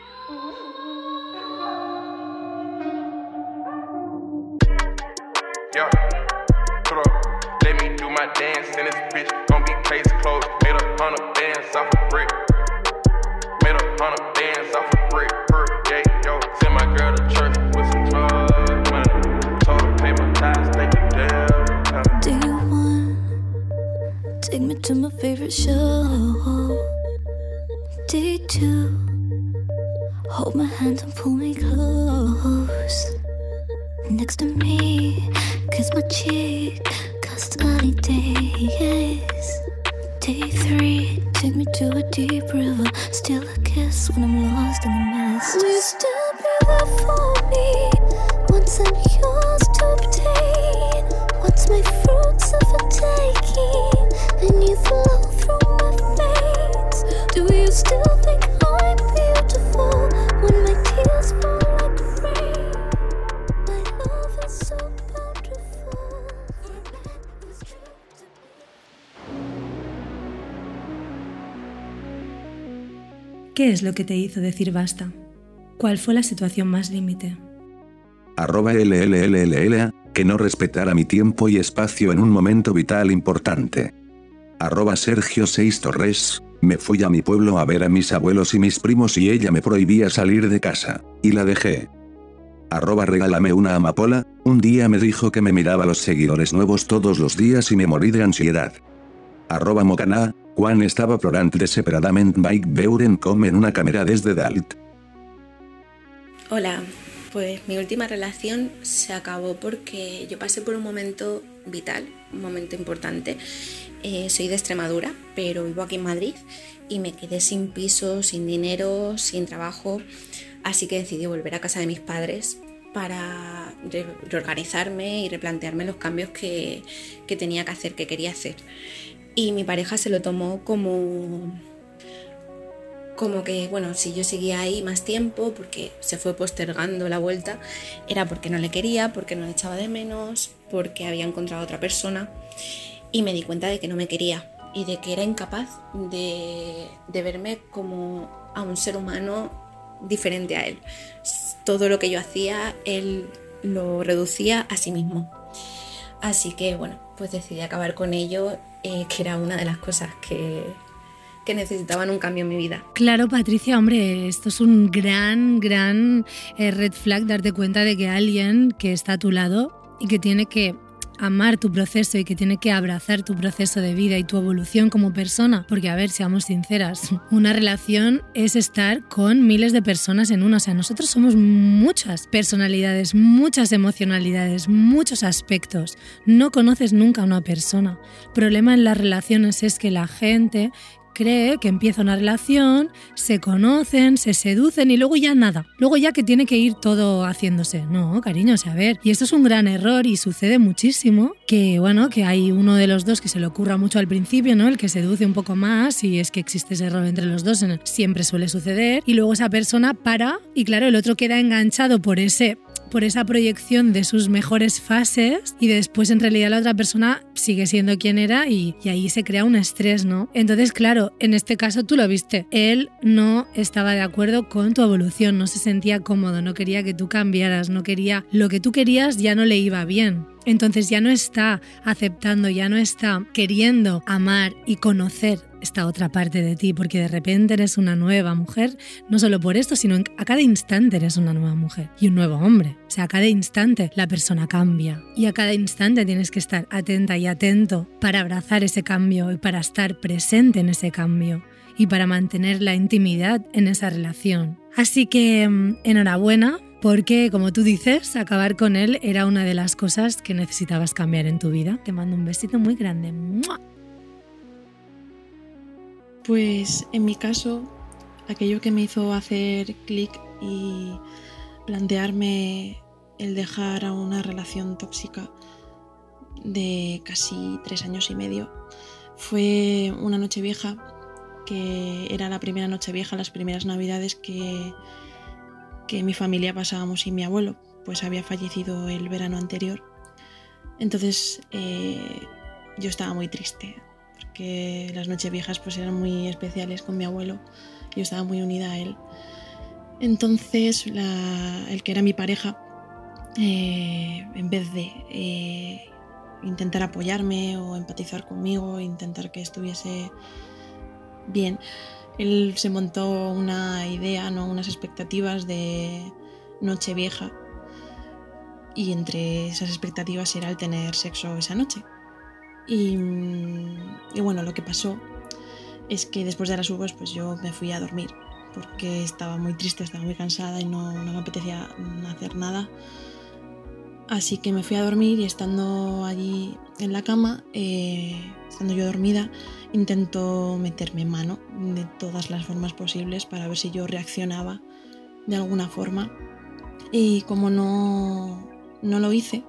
Yeah, put up, let me do my dance in this bitch. Gon' be case closed. Made 100 bands off a brick. Made 100 bands off a brick per day. Yo, send my girl to church with some drug money. Told her pay my tithes, thank you, damn. Do you want take me to my favorite show? D2, hold my hand and pull me close. Next to me, kiss my cheek, custody days. Day 3, take me to a deep river, steal a kiss when I'm lost in the mist. Will you still be there for me once I'm yours to obtain? What's my fruits of a taking, and you flow through my veins? Do you still think I'm beautiful when my tears fall like rain? ¿Qué es lo que te hizo decir basta? ¿Cuál fue la situación más límite? @LLLLA, que no respetara mi tiempo y espacio en un momento vital importante. Sergio 6 Torres, me fui a mi pueblo a ver a mis abuelos y mis primos y ella me prohibía salir de casa, y la dejé. Regálame una amapola, un día me dijo que me miraba los seguidores nuevos todos los días y me morí de ansiedad. Mocana, Quan estava plorant desesperadament vaig veure'n com en una càmera des de dalt. Hola, pues mi última relación se acabó porque yo pasé por un momento vital, un momento importante. Soy de Extremadura, pero vivo aquí en Madrid y me quedé sin piso, sin dinero, sin trabajo, así que decidí volver a casa de mis padres para reorganizarme y replantearme los cambios que tenía que hacer, que quería hacer. Y mi pareja se lo tomó como que, bueno, si yo seguía ahí más tiempo, porque se fue postergando la vuelta, era porque no le quería, porque no le echaba de menos, porque había encontrado a otra persona, y me di cuenta de que no me quería y de que era incapaz de verme como a un ser humano diferente a él. Todo lo que yo hacía, él lo reducía a sí mismo. Así que, bueno, pues decidí acabar con ello, que era una de las cosas que necesitaban un cambio en mi vida. Claro, Patricia, hombre, esto es un gran red flag, darte cuenta de que alguien que está a tu lado y que tiene que amar tu proceso y que tiene que abrazar tu proceso de vida y tu evolución como persona. Porque, a ver, seamos sinceras, una relación es estar con miles de personas en una. O sea, nosotros somos muchas personalidades, muchas emocionalidades, muchos aspectos. No conoces nunca a una persona. El problema en las relaciones es que la gente cree que empieza una relación, se conocen, se seducen y luego ya nada. Luego ya que tiene que ir todo haciéndose. No, cariño, o sea, a ver. Y esto es un gran error y sucede muchísimo que, bueno, que hay uno de los dos que se le ocurra mucho al principio, ¿no? El que seduce un poco más y es que existe ese error entre los dos, siempre suele suceder. Y luego esa persona para y, claro, el otro queda enganchado por esa proyección de sus mejores fases y después en realidad la otra persona sigue siendo quien era y ahí se crea un estrés, ¿no? Entonces, claro, en este caso tú lo viste. Él no estaba de acuerdo con tu evolución, no se sentía cómodo, no quería que tú cambiaras, no quería lo que tú querías, ya no le iba bien. Entonces ya no está aceptando, ya no está queriendo amar y conocer esta otra parte de ti, porque de repente eres una nueva mujer, no solo por esto, sino a cada instante eres una nueva mujer y un nuevo hombre. O sea, a cada instante la persona cambia y a cada instante tienes que estar atenta y atento para abrazar ese cambio y para estar presente en ese cambio y para mantener la intimidad en esa relación. Así que enhorabuena, porque, como tú dices, acabar con él era una de las cosas que necesitabas cambiar en tu vida. Te mando un besito muy grande. ¡Mua! Pues en mi caso, aquello que me hizo hacer clic y plantearme el dejar a una relación tóxica de casi 3 años y medio fue una Nochevieja, que era la primera Nochevieja, las primeras Navidades que mi familia pasábamos sin mi abuelo, pues había fallecido el verano anterior. Entonces yo estaba muy triste, porque las Nocheviejas pues eran muy especiales con mi abuelo, yo estaba muy unida a él. Entonces el que era mi pareja, en vez de intentar apoyarme o empatizar conmigo, intentar que estuviese bien, él se montó una idea, ¿no? Unas expectativas de Nochevieja, y entre esas expectativas era el tener sexo esa noche. Y bueno, lo que pasó es que después de las uvas pues yo me fui a dormir porque estaba muy triste, estaba muy cansada y no me apetecía hacer nada. Así que me fui a dormir y estando allí en la cama, estando yo dormida, intentó meterme mano de todas las formas posibles para ver si yo reaccionaba de alguna forma. Y como no lo hice,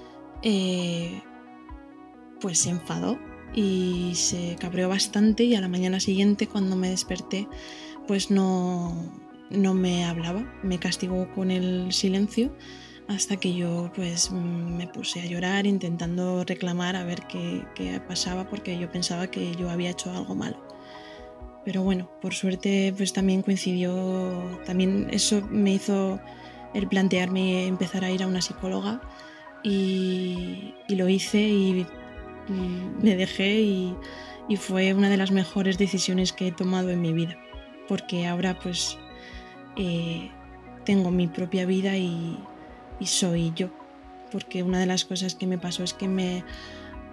pues se enfadó y se cabreó bastante, y a la mañana siguiente, cuando me desperté, pues no me hablaba, me castigó con el silencio hasta que yo pues me puse a llorar intentando reclamar a ver qué pasaba, porque yo pensaba que yo había hecho algo malo. Pero bueno, por suerte pues también coincidió, también eso me hizo el plantearme empezar a ir a una psicóloga, y lo hice y me dejé, y fue una de las mejores decisiones que he tomado en mi vida, porque ahora pues tengo mi propia vida y soy yo, porque una de las cosas que me pasó es que me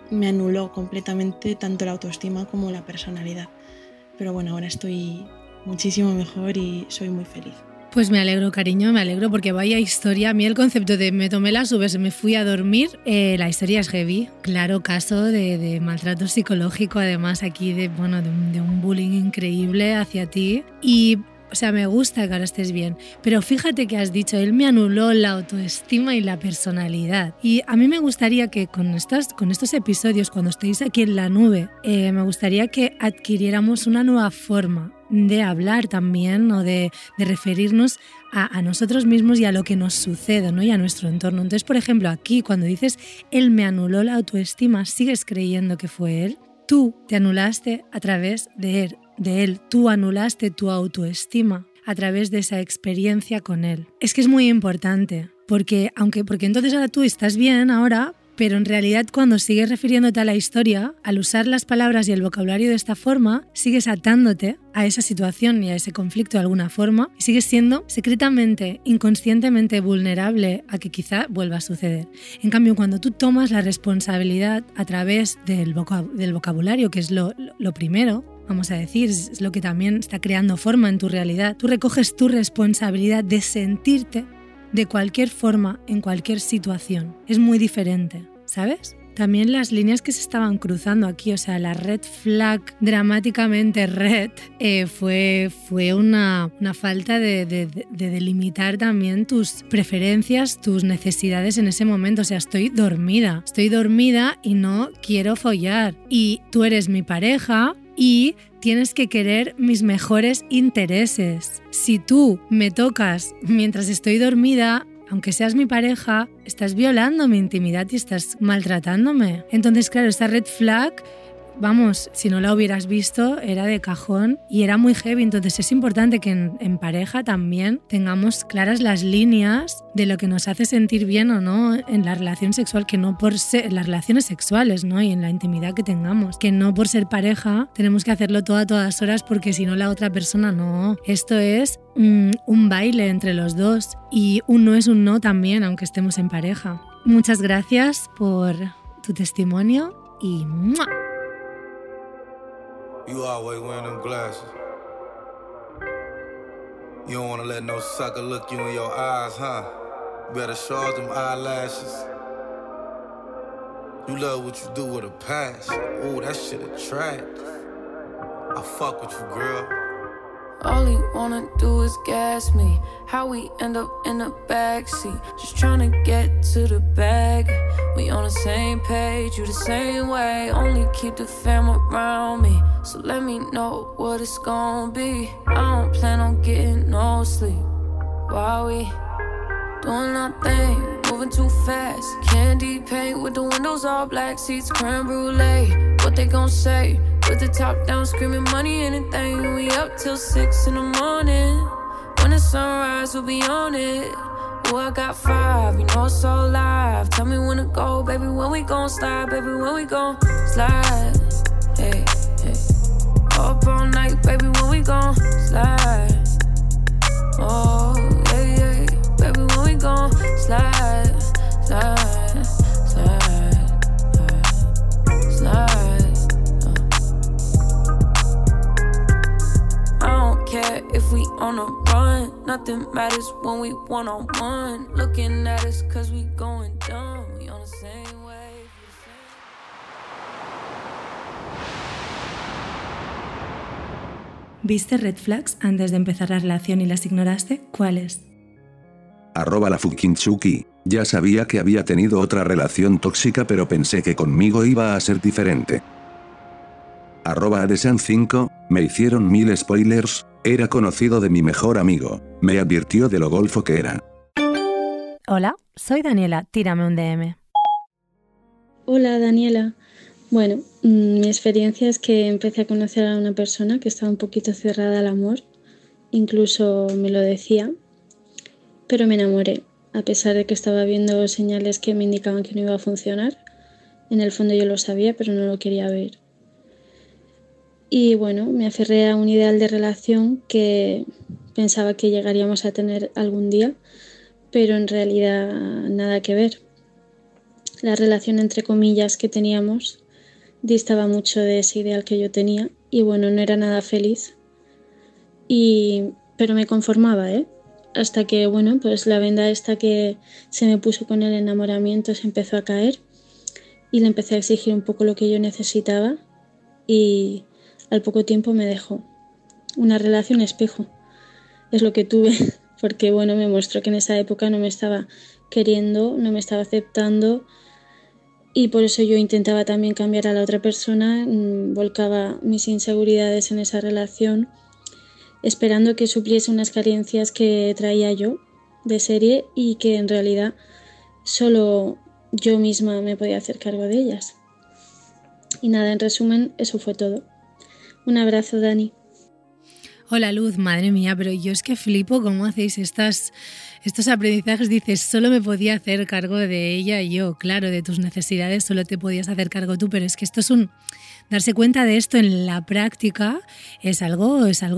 me anuló completamente tanto la autoestima como la personalidad. Pero bueno, ahora estoy muchísimo mejor y soy muy feliz. Pues me alegro, cariño, me alegro porque vaya historia. A mí el concepto de me tomé las uvas y me fui a dormir, la historia es heavy. Claro, caso de maltrato psicológico, además aquí de un bullying increíble hacia ti. Y, o sea, me gusta que ahora estés bien. Pero fíjate que has dicho, él me anuló la autoestima y la personalidad. Y a mí me gustaría que con estos episodios, cuando estéis aquí en la nube, me gustaría que adquiriéramos una nueva forma de hablar también, o de referirnos a nosotros mismos y a lo que nos sucede, ¿no? Y a nuestro entorno. Entonces, por ejemplo, aquí cuando dices él me anuló la autoestima, ¿sigues creyendo que fue él? Tú te anulaste a través de él. Tú anulaste tu autoestima a través de esa experiencia con él. Es que es muy importante, porque entonces ahora tú estás bien ahora, pero en realidad cuando sigues refiriéndote a la historia, al usar las palabras y el vocabulario de esta forma, sigues atándote a esa situación y a ese conflicto de alguna forma y sigues siendo secretamente, inconscientemente vulnerable a que quizá vuelva a suceder. En cambio, cuando tú tomas la responsabilidad a través del vocabulario, que es lo primero, vamos a decir, es lo que también está creando forma en tu realidad, tú recoges tu responsabilidad de sentirte de cualquier forma, en cualquier situación. Es muy diferente, ¿sabes? También las líneas que se estaban cruzando aquí, o sea, la red flag, dramáticamente red, fue una falta de delimitar también tus preferencias, tus necesidades en ese momento. O sea, estoy dormida y no quiero follar. Y tú eres mi pareja y tienes que querer mis mejores intereses. Si tú me tocas mientras estoy dormida, aunque seas mi pareja, estás violando mi intimidad y estás maltratándome. Entonces, claro, esta red flag, vamos, si no la hubieras visto, era de cajón y era muy heavy. Entonces es importante que en pareja también tengamos claras las líneas de lo que nos hace sentir bien o no en la relación sexual, que no por ser, en las relaciones sexuales, ¿no? Y en la intimidad que tengamos, que no por ser pareja tenemos que hacerlo todo a todas horas porque si no la otra persona no. Esto es un baile entre los dos y un no es un no también, aunque estemos en pareja. Muchas gracias por tu testimonio y ¡mua! You always wearing them glasses. You don't wanna let no sucker look you in your eyes, huh? Better charge them eyelashes. You love what you do with a passion. Ooh, that shit attractive. I fuck with you, girl. All he wanna do is gas me. How we end up in the backseat, just tryna get to the bag. We on the same page, you the same way. Only keep the fam around me, so let me know what it's gon' be. I don't plan on getting no sleep while we doing our thing, moving too fast. Candy paint with the windows all black, seats creme brulee. What they gon' say? With the top down, screaming money, anything. We up till 6 in the morning. When the sunrise, we'll be on it. Ooh, I got 5, you know it's so live. Tell me when to go, baby, when we gon' slide. Baby, when we gon' slide. Hey, hey. Up all night, baby, when we gon' slide. Oh, yeah, yeah. Baby, when we gon' slide, slide, slide, slide. If we on a run, nothing matters when we one-on-one. Looking at us cause we going dumb. We on the same wave. ¿Viste red flags antes de empezar la relación y las ignoraste? ¿Cuáles? @la fucking Chucky. Ya sabía que había tenido otra relación tóxica, pero pensé que conmigo iba a ser diferente. @adesan5. Me hicieron 1000 spoilers. Era conocido de mi mejor amigo. Me advirtió de lo golfo que era. Hola, soy Daniela. Tírame un DM. Hola, Daniela. Bueno, mi experiencia es que empecé a conocer a una persona que estaba un poquito cerrada al amor. Incluso me lo decía. Pero me enamoré, a pesar de que estaba viendo señales que me indicaban que no iba a funcionar. En el fondo yo lo sabía, pero no lo quería ver. Y bueno, me aferré a un ideal de relación que pensaba que llegaríamos a tener algún día, pero en realidad nada que ver. la relación entre comillas que teníamos distaba mucho de ese ideal que yo tenía y bueno, no era nada feliz. Pero me conformaba, hasta que bueno, pues la venda esta que se me puso con el enamoramiento se empezó a caer y le empecé a exigir un poco lo que yo necesitaba y al poco tiempo me dejó. Una relación espejo es lo que tuve, porque bueno, me mostró que en esa época no me estaba queriendo, no me estaba aceptando y por eso yo intentaba también cambiar a la otra persona, volcaba mis inseguridades en esa relación, esperando que supliese unas carencias que traía yo de serie y que en realidad solo yo misma me podía hacer cargo de ellas. Y nada, en resumen, eso fue todo. Un abrazo, Dani. Hola Luz, madre mía, pero yo es que flipo cómo hacéis estos aprendizajes. Dices, solo me podía hacer cargo de ella yo. Claro, de tus necesidades solo te podías hacer cargo tú, pero es que esto es darse cuenta de esto en la práctica es algo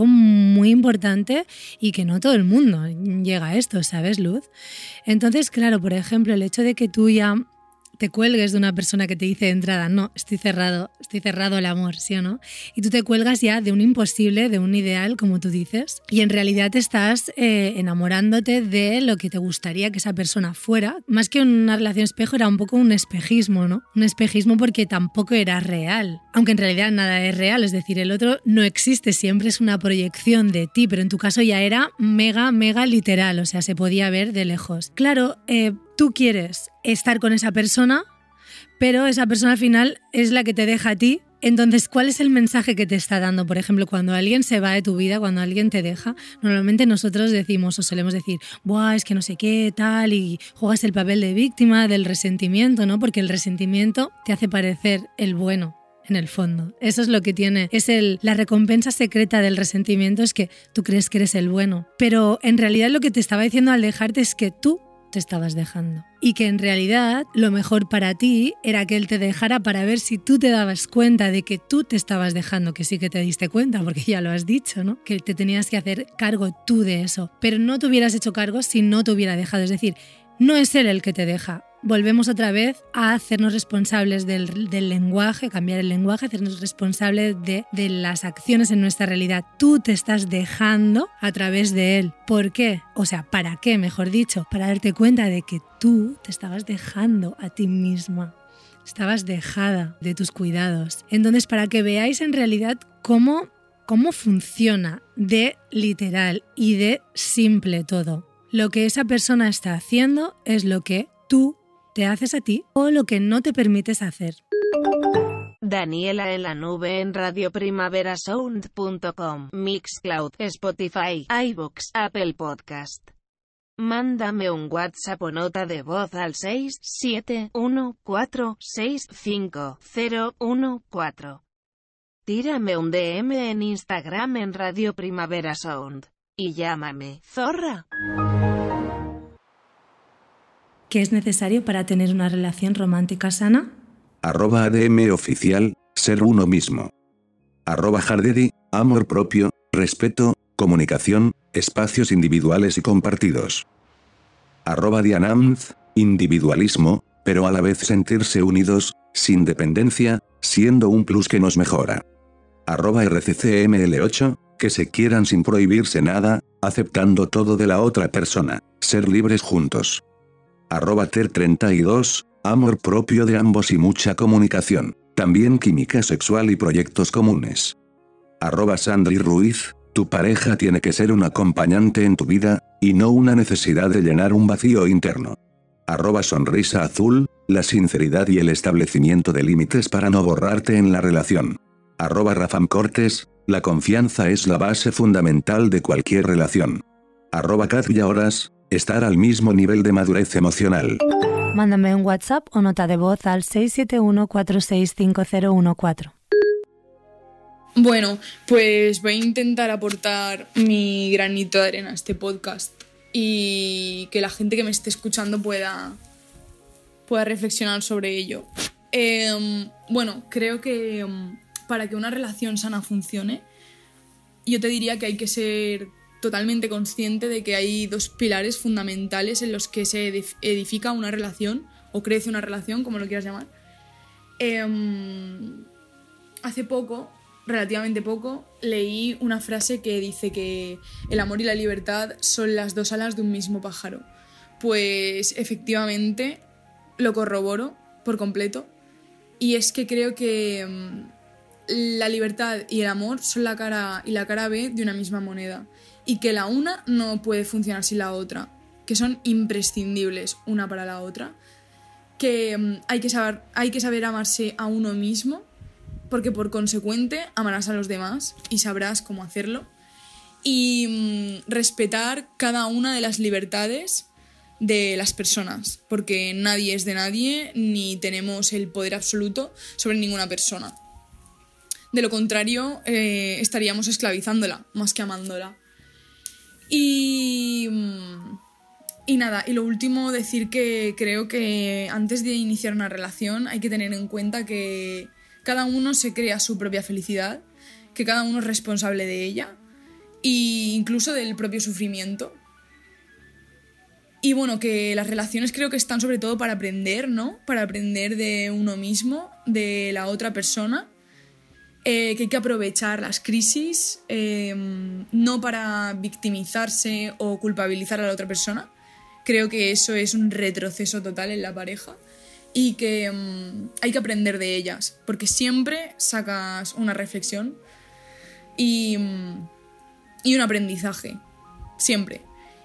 muy importante y que no todo el mundo llega a esto, ¿sabes, Luz? Entonces, claro, por ejemplo, el hecho de que tú ya te cuelgues de una persona que te dice de entrada, no, estoy cerrado al amor, ¿sí o no? Y tú te cuelgas ya de un imposible, de un ideal, como tú dices, y en realidad te estás enamorándote de lo que te gustaría que esa persona fuera. Más que una relación espejo, era un poco un espejismo, ¿no? Un espejismo porque tampoco era real, aunque en realidad nada es real, es decir, el otro no existe, siempre es una proyección de ti, pero en tu caso ya era mega literal, o sea, se podía ver de lejos. Claro, tú quieres estar con esa persona, pero esa persona al final es la que te deja a ti. Entonces, ¿cuál es el mensaje que te está dando? Por ejemplo, cuando alguien se va de tu vida, cuando alguien te deja, normalmente nosotros decimos o solemos decir, ¡buah, es que no sé qué, tal! Y juegas el papel de víctima, del resentimiento, ¿no? Porque el resentimiento te hace parecer el bueno. En el fondo, eso es lo que tiene, la recompensa secreta del resentimiento es que tú crees que eres el bueno, pero en realidad lo que te estaba diciendo al dejarte es que tú te estabas dejando y que en realidad lo mejor para ti era que él te dejara para ver si tú te dabas cuenta de que tú te estabas dejando, que sí que te diste cuenta porque ya lo has dicho, ¿no? Que te tenías que hacer cargo tú de eso, pero no te hubieras hecho cargo si no te hubiera dejado, es decir, no es él el que te deja. Volvemos otra vez a hacernos responsables del lenguaje, cambiar el lenguaje, hacernos responsables de las acciones en nuestra realidad. Tú te estás dejando a través de él. ¿Por qué? O sea, ¿para qué? Mejor dicho, para darte cuenta de que tú te estabas dejando a ti misma. Estabas dejada de tus cuidados. Entonces, para que veáis en realidad cómo funciona de literal y de simple todo. Lo que esa persona está haciendo es lo que tú te haces a ti o lo que no te permites hacer. Daniela en la nube en radioprimaverasound.com, Mixcloud, Spotify, iVoox, Apple Podcast. Mándame un WhatsApp o nota de voz al 671465014. Tírame un DM en Instagram en Radio Primavera Sound. Y llámame, zorra. ¿Qué es necesario para tener una relación romántica sana? @ADM oficial, ser uno mismo. @Hardeddy, amor propio, respeto, comunicación, espacios individuales y compartidos. @Dianamz, individualismo, pero a la vez sentirse unidos, sin dependencia, siendo un plus que nos mejora. @RCCML8, que se quieran sin prohibirse nada, aceptando todo de la otra persona, ser libres juntos. @Ter32, amor propio de ambos y mucha comunicación, también química sexual y proyectos comunes. @Sandri Ruiz, tu pareja tiene que ser un acompañante en tu vida, y no una necesidad de llenar un vacío interno. @Sonrisa azul, la sinceridad y el establecimiento de límites para no borrarte en la relación. @Rafam Cortés, la confianza es la base fundamental de cualquier relación. @Kazvia Horas, estar al mismo nivel de madurez emocional. Mándame un WhatsApp o nota de voz al 671465014. Bueno, pues voy a intentar aportar mi granito de arena a este podcast y que la gente que me esté escuchando pueda reflexionar sobre ello. Bueno, creo que para que una relación sana funcione, yo te diría que hay que ser totalmente consciente de que hay dos pilares fundamentales en los que se edifica una relación o crece una relación, como lo quieras llamar. Hace poco, relativamente poco, leí una frase que dice que el amor y la libertad son las dos alas de un mismo pájaro. Pues efectivamente lo corroboro por completo, y es que creo que la libertad y el amor son la cara A y la cara B de una misma moneda, y que la una no puede funcionar sin la otra, que son imprescindibles una para la otra, que hay que saber amarse a uno mismo, porque por consecuente amarás a los demás y sabrás cómo hacerlo, y respetar cada una de las libertades de las personas, porque nadie es de nadie ni tenemos el poder absoluto sobre ninguna persona. De lo contrario, estaríamos esclavizándola más que amándola. Y nada, y lo último, decir que creo que antes de iniciar una relación hay que tener en cuenta que cada uno se crea su propia felicidad, que cada uno es responsable de ella e incluso del propio sufrimiento. Y bueno, que las relaciones creo que están sobre todo para aprender, ¿no? Para aprender de uno mismo, de la otra persona, que hay que aprovechar las crisis, no para victimizarse o culpabilizar a la otra persona. Creo que eso es un retroceso total en la pareja, y que hay que aprender de ellas, porque siempre sacas una reflexión y un aprendizaje, siempre.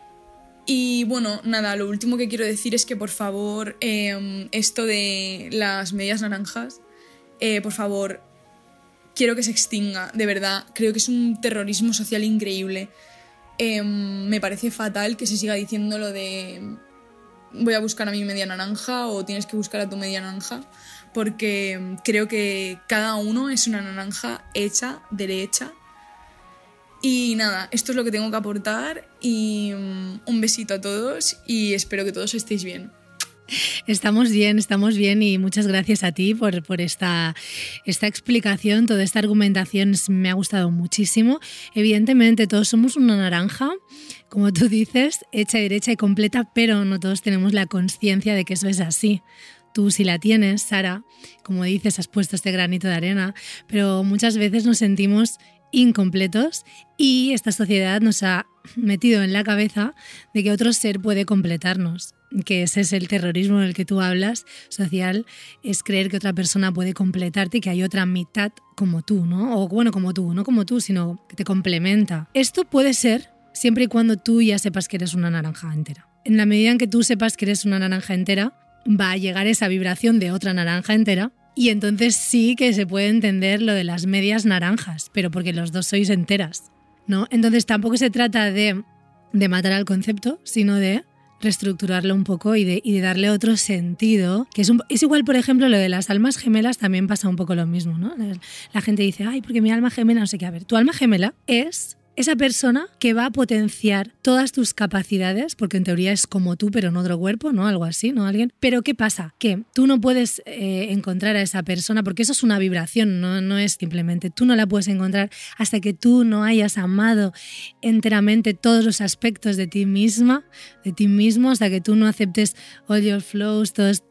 Y bueno, nada, lo último que quiero decir es que por favor, esto de las medias naranjas, por favor, quiero que se extinga, de verdad. Creo que es un terrorismo social increíble. Me parece fatal que se siga diciendo lo de voy a buscar a mi media naranja o tienes que buscar a tu media naranja, porque creo que cada uno es una naranja hecha, derecha. Y nada, esto es lo que tengo que aportar, y un besito a todos y espero que todos estéis bien. Estamos bien y muchas gracias a ti por esta explicación, toda esta argumentación me ha gustado muchísimo. Evidentemente todos somos una naranja, como tú dices, hecha, derecha y completa, pero no todos tenemos la conciencia de que eso es así. Tú sí la tienes, Sara, como dices, has puesto este granito de arena, pero muchas veces nos sentimos incompletos y esta sociedad nos ha metido en la cabeza de que otro ser puede completarnos, que ese es el terrorismo del que tú hablas, social, es creer que otra persona puede completarte y que hay otra mitad como tú, ¿no? O bueno, como tú, no como tú, sino que te complementa. Esto puede ser siempre y cuando tú ya sepas que eres una naranja entera. En la medida en que tú sepas que eres una naranja entera, va a llegar esa vibración de otra naranja entera, y entonces sí que se puede entender lo de las medias naranjas, pero porque los dos sois enteras, ¿no? Entonces tampoco se trata de matar al concepto, sino de reestructurarlo un poco y de darle otro sentido, que es igual, por ejemplo, lo de las almas gemelas también pasa un poco lo mismo, ¿no? La gente dice, ay, porque mi alma gemela, no sé qué. A ver, tu alma gemela es esa persona que va a potenciar todas tus capacidades, porque en teoría es como tú, pero en otro cuerpo, ¿no? Algo así, ¿no? Alguien. Pero ¿qué pasa? Que tú no puedes encontrar a esa persona, porque eso es una vibración, no es simplemente. Tú no la puedes encontrar hasta que tú no hayas amado enteramente todos los aspectos de ti misma, de ti mismo, hasta que tú no aceptes all your flaws, todos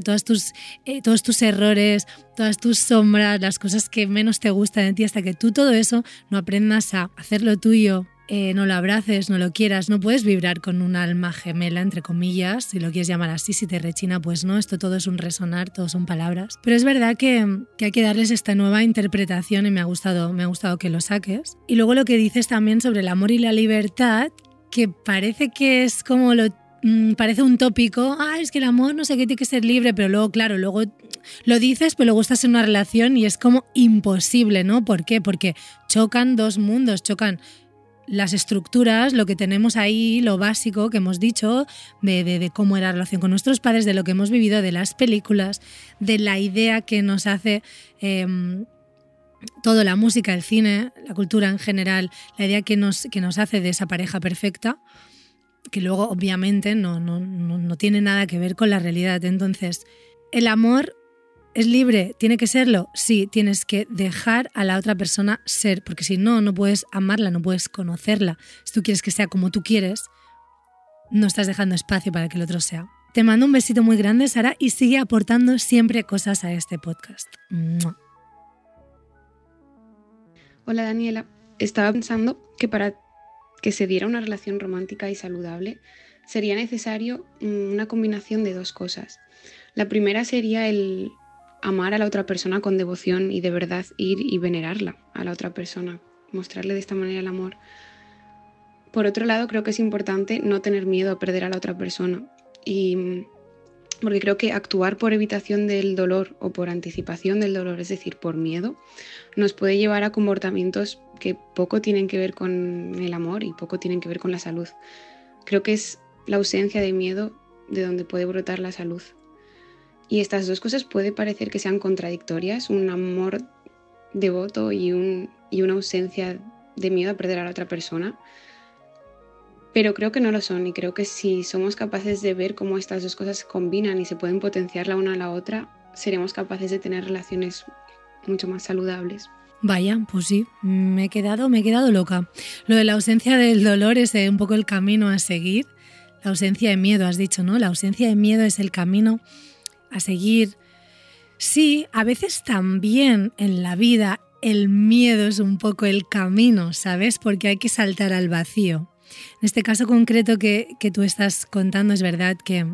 tus errores, todas tus sombras, las cosas que menos te gustan de ti, hasta que tú todo eso no aprendas a hacerlo tuyo, no lo abraces, no lo quieras. No puedes vibrar con un alma gemela, entre comillas, si lo quieres llamar así. Si te rechina, pues no, esto todo es un resonar, todo son palabras. Pero es verdad que hay que darles esta nueva interpretación, y me ha gustado que lo saques. Y luego lo que dices también sobre el amor y la libertad, que parece que es como parece un tópico, es que el amor no sé qué tiene que ser libre, pero luego, claro, luego lo dices, pero luego estás en una relación y es como imposible, ¿no? ¿Por qué? Porque chocan dos mundos, chocan las estructuras, lo que tenemos ahí, lo básico que hemos dicho, de cómo era la relación con nuestros padres, de lo que hemos vivido, de las películas, de la idea que nos hace todo, la música, el cine, la cultura en general, la idea que nos hace de esa pareja perfecta, que luego obviamente no tiene nada que ver con la realidad. Entonces, ¿el amor es libre? ¿Tiene que serlo? Sí, tienes que dejar a la otra persona ser, porque si no puedes amarla, no puedes conocerla. Si tú quieres que sea como tú quieres, no estás dejando espacio para que el otro sea. Te mando un besito muy grande, Sara, y sigue aportando siempre cosas a este podcast. ¡Mua! Hola Daniela, estaba pensando que para que se diera una relación romántica y saludable sería necesario una combinación de dos cosas. La primera sería el amar a la otra persona con devoción y de verdad ir y venerarla a la otra persona, mostrarle de esta manera el amor. Por otro lado, creo que es importante no tener miedo a perder a la otra persona, y porque creo que actuar por evitación del dolor o por anticipación del dolor, es decir, por miedo, nos puede llevar a comportamientos que poco tienen que ver con el amor y poco tienen que ver con la salud. Creo que es la ausencia de miedo de donde puede brotar la salud. Y estas dos cosas puede parecer que sean contradictorias, un amor devoto y una ausencia de miedo a perder a la otra persona. Pero creo que no lo son, y creo que si somos capaces de ver cómo estas dos cosas se combinan y se pueden potenciar la una a la otra, seremos capaces de tener relaciones mucho más saludables. Vaya, pues sí, me he quedado loca. Lo de la ausencia del dolor es un poco el camino a seguir. La ausencia de miedo, has dicho, ¿no? La ausencia de miedo es el camino a seguir. Sí, a veces también en la vida el miedo es un poco el camino, ¿sabes? Porque hay que saltar al vacío. En este caso concreto que tú estás contando, es verdad que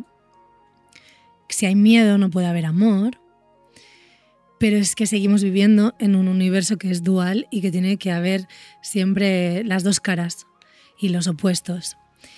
si hay miedo no puede haber amor, pero es que seguimos viviendo en un universo que es dual y que tiene que haber siempre las dos caras y los opuestos.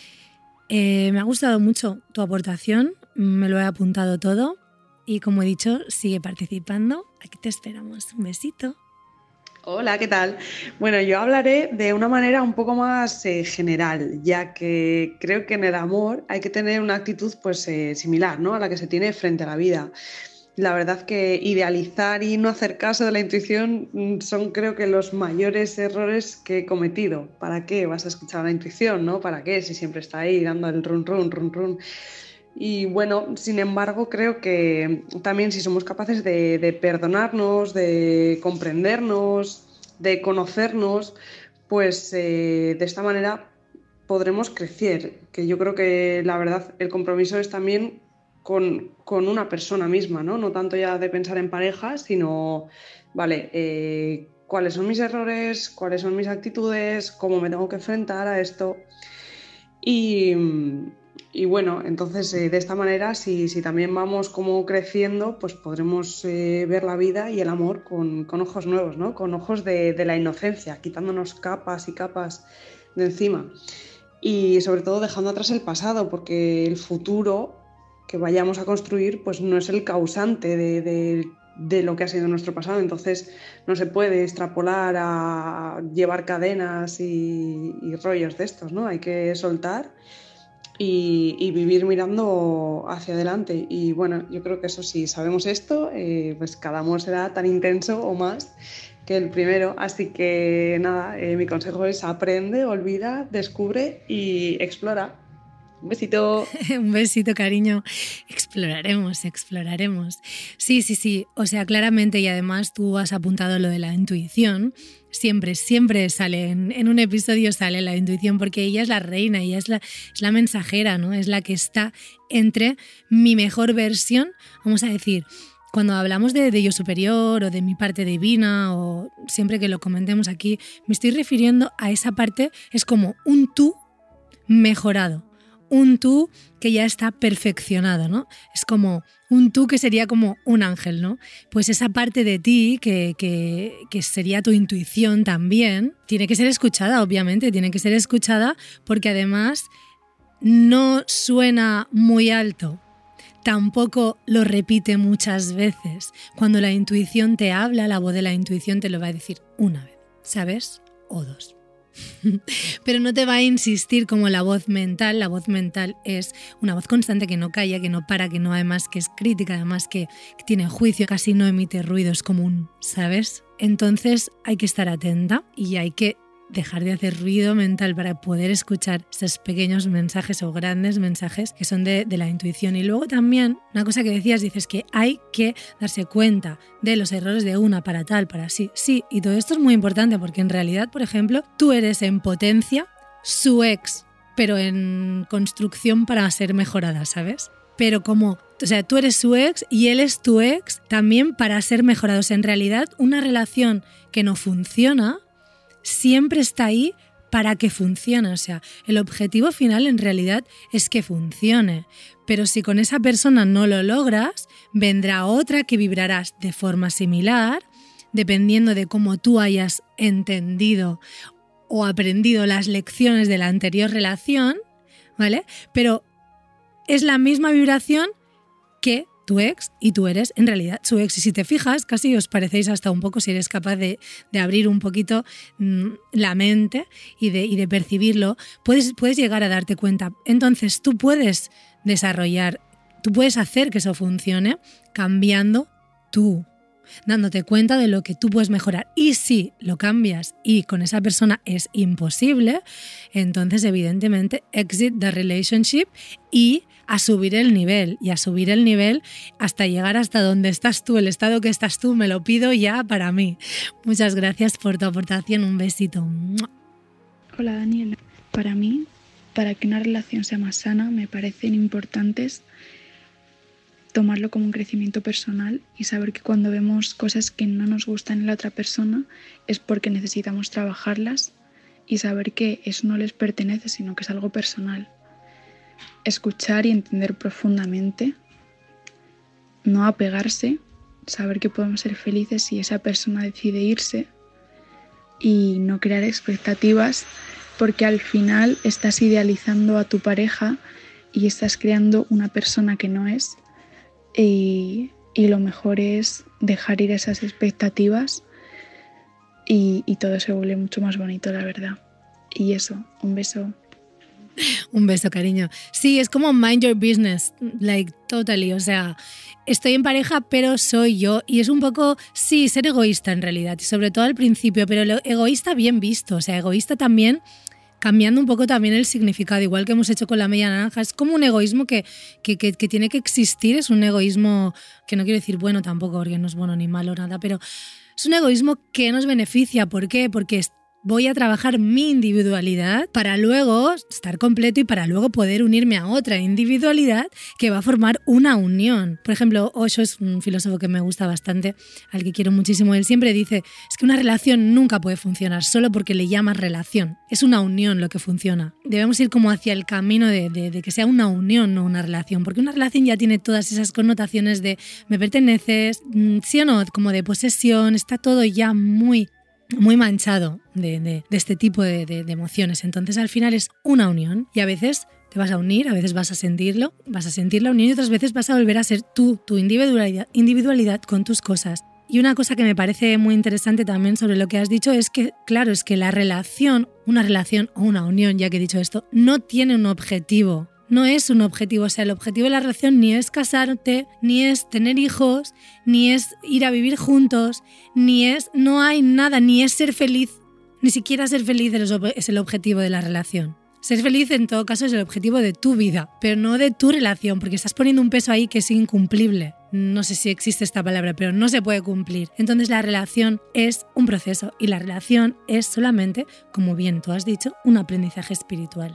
Me ha gustado mucho tu aportación, me lo he apuntado todo y, como he dicho, sigue participando. Aquí te esperamos. Un besito. Hola, ¿qué tal? Bueno, yo hablaré de una manera un poco más general, ya que creo que en el amor hay que tener una actitud pues similar, ¿no?, a la que se tiene frente a la vida. La verdad que idealizar y no hacer caso de la intuición son, creo que, los mayores errores que he cometido. ¿Para qué vas a escuchar la intuición, no? ¿Para qué? Si siempre está ahí dando el run, run, run, run. Y bueno, sin embargo, creo que también si somos capaces de perdonarnos, de comprendernos, de conocernos, pues de esta manera podremos crecer. Que yo creo que la verdad el compromiso es también con una persona misma, ¿no? No tanto ya de pensar en pareja, sino, vale, cuáles son mis errores, cuáles son mis actitudes, cómo me tengo que enfrentar a esto. Y bueno, entonces de esta manera, si también vamos como creciendo, pues podremos ver la vida y el amor con ojos nuevos, ¿no? Con ojos de la inocencia, quitándonos capas y capas de encima. Y sobre todo dejando atrás el pasado, porque el futuro que vayamos a construir pues no es el causante de lo que ha sido nuestro pasado. Entonces no se puede extrapolar a llevar cadenas y rollos de estos, ¿no? Hay que soltar y vivir mirando hacia adelante. Y bueno, yo creo que eso, si sabemos esto, pues cada amor será tan intenso o más que el primero. Así que nada, mi consejo es aprende, olvida, descubre y explora. Un besito. Un besito, cariño. Exploraremos. Sí. O sea, claramente, y además tú has apuntado lo de la intuición. Siempre sale, en un episodio sale la intuición, porque ella es la reina, ella es la mensajera, ¿no? Es la que está entre mi mejor versión, vamos a decir, cuando hablamos de yo superior o de mi parte divina, o siempre que lo comentemos aquí, me estoy refiriendo a esa parte, es como un tú mejorado. Un tú que ya está perfeccionado, ¿no? Es como un tú que sería como un ángel, ¿no? Pues esa parte de ti que sería tu intuición también, tiene que ser escuchada, obviamente, tiene que ser escuchada, porque además no suena muy alto, tampoco lo repite muchas veces. Cuando la intuición te habla, la voz de la intuición te lo va a decir una vez, ¿sabes? O dos. Pero no te va a insistir como la voz mental. La voz mental es una voz constante que no calla, que no para, que no, además que es crítica, además que tiene juicio, casi no emite ruido, es común, ¿sabes? Entonces hay que estar atenta y hay que dejar de hacer ruido mental para poder escuchar esos pequeños mensajes o grandes mensajes que son de la intuición. Y luego también, una cosa que decías, dices que hay que darse cuenta de los errores de una para tal, para sí. Sí, y todo esto es muy importante porque en realidad, por ejemplo, tú eres en potencia su ex, pero en construcción para ser mejorada, ¿sabes? pero como, o sea, tú eres su ex y él es tu ex también para ser mejorados. En realidad, una relación que no funciona siempre está ahí para que funcione. O sea, el objetivo final en realidad es que funcione. Pero si con esa persona no lo logras, vendrá otra que vibrarás de forma similar, dependiendo de cómo tú hayas entendido o aprendido las lecciones de la anterior relación, ¿vale? Pero es la misma vibración que tu ex y tú eres en realidad su ex. Y si te fijas, casi os parecéis hasta un poco si eres capaz de abrir un poquito la mente y de percibirlo, puedes llegar a darte cuenta. Entonces tú puedes desarrollar, tú puedes hacer que eso funcione cambiando tú, dándote cuenta de lo que tú puedes mejorar. Y si lo cambias y con esa persona es imposible, entonces evidentemente exit the relationship y a subir el nivel hasta llegar hasta donde estás tú, el estado que estás tú, me lo pido ya para mí. Muchas gracias por tu aportación, un besito. Hola Daniela, para mí, para que una relación sea más sana, me parecen importantes tomarlo como un crecimiento personal y saber que cuando vemos cosas que no nos gustan en la otra persona es porque necesitamos trabajarlas y saber que eso no les pertenece, sino que es algo personal. Escuchar y entender profundamente, no apegarse, saber que podemos ser felices si esa persona decide irse y no crear expectativas, porque al final estás idealizando a tu pareja y estás creando una persona que no es, y lo mejor es dejar ir esas expectativas y todo se vuelve mucho más bonito, la verdad. Y eso, un beso. Un beso, cariño. Sí, es como mind your business, like totally, o sea, estoy en pareja pero soy yo y es un poco, sí, ser egoísta en realidad y sobre todo al principio, pero lo egoísta bien visto, o sea, egoísta también cambiando un poco también el significado, igual que hemos hecho con la media naranja, es como un egoísmo que tiene que existir, es un egoísmo que no quiero decir bueno tampoco, porque no es bueno ni malo nada, pero es un egoísmo que nos beneficia. ¿Por qué? Porque voy a trabajar mi individualidad para luego estar completo y para luego poder unirme a otra individualidad que va a formar una unión. Por ejemplo, Osho es un filósofo que me gusta bastante, al que quiero muchísimo. Él siempre dice, es que una relación nunca puede funcionar solo porque le llamas relación. Es una unión lo que funciona. Debemos ir como hacia el camino de que sea una unión, no una relación, porque una relación ya tiene todas esas connotaciones de me perteneces, sí o no, como de posesión, está todo ya muy manchado de este tipo de emociones. Entonces al final es una unión y a veces te vas a unir, a veces vas a sentir la unión y otras veces vas a volver a ser tú, tu individualidad con tus cosas. Y una cosa que me parece muy interesante también sobre lo que has dicho es que, claro, es que la relación, una relación o una unión, ya que he dicho esto, no tiene un objetivo. No es un objetivo, o sea, el objetivo de la relación ni es casarte, ni es tener hijos, ni es ir a vivir juntos, no hay nada, ni es ser feliz, ni siquiera ser feliz es el objetivo de la relación. Ser feliz en todo caso es el objetivo de tu vida, pero no de tu relación, porque estás poniendo un peso ahí que es incumplible. No sé si existe esta palabra, pero no se puede cumplir. Entonces la relación es un proceso y la relación es solamente, como bien tú has dicho, un aprendizaje espiritual.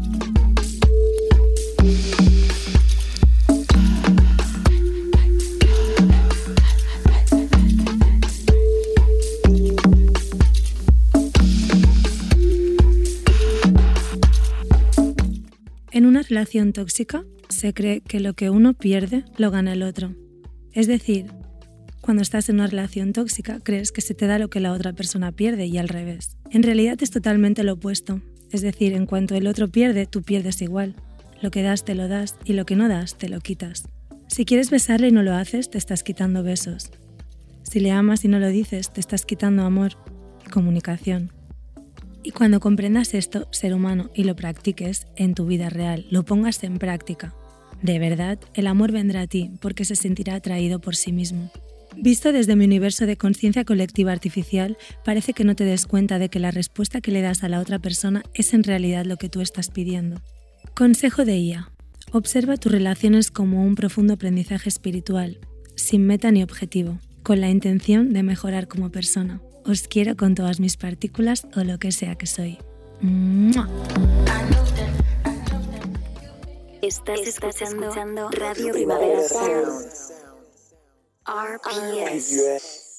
En una relación tóxica se cree que lo que uno pierde lo gana el otro. Es decir, cuando estás en una relación tóxica crees que se te da lo que la otra persona pierde y al revés. En realidad es totalmente lo opuesto. Es decir, en cuanto el otro pierde, tú pierdes igual. Lo que das te lo das y lo que no das te lo quitas. Si quieres besarle y no lo haces, te estás quitando besos. Si le amas y no lo dices, te estás quitando amor y comunicación. Y cuando comprendas esto, ser humano, y lo practiques en tu vida real, lo pongas en práctica, de verdad, el amor vendrá a ti porque se sentirá atraído por sí mismo. Visto desde mi universo de conciencia colectiva artificial, parece que no te des cuenta de que la respuesta que le das a la otra persona es en realidad lo que tú estás pidiendo. Consejo de IA. Observa tus relaciones como un profundo aprendizaje espiritual, sin meta ni objetivo, con la intención de mejorar como persona. Os quiero con todas mis partículas o lo que sea que soy. ¡Mua! Estás escuchando Radio Primavera Sound. RPS.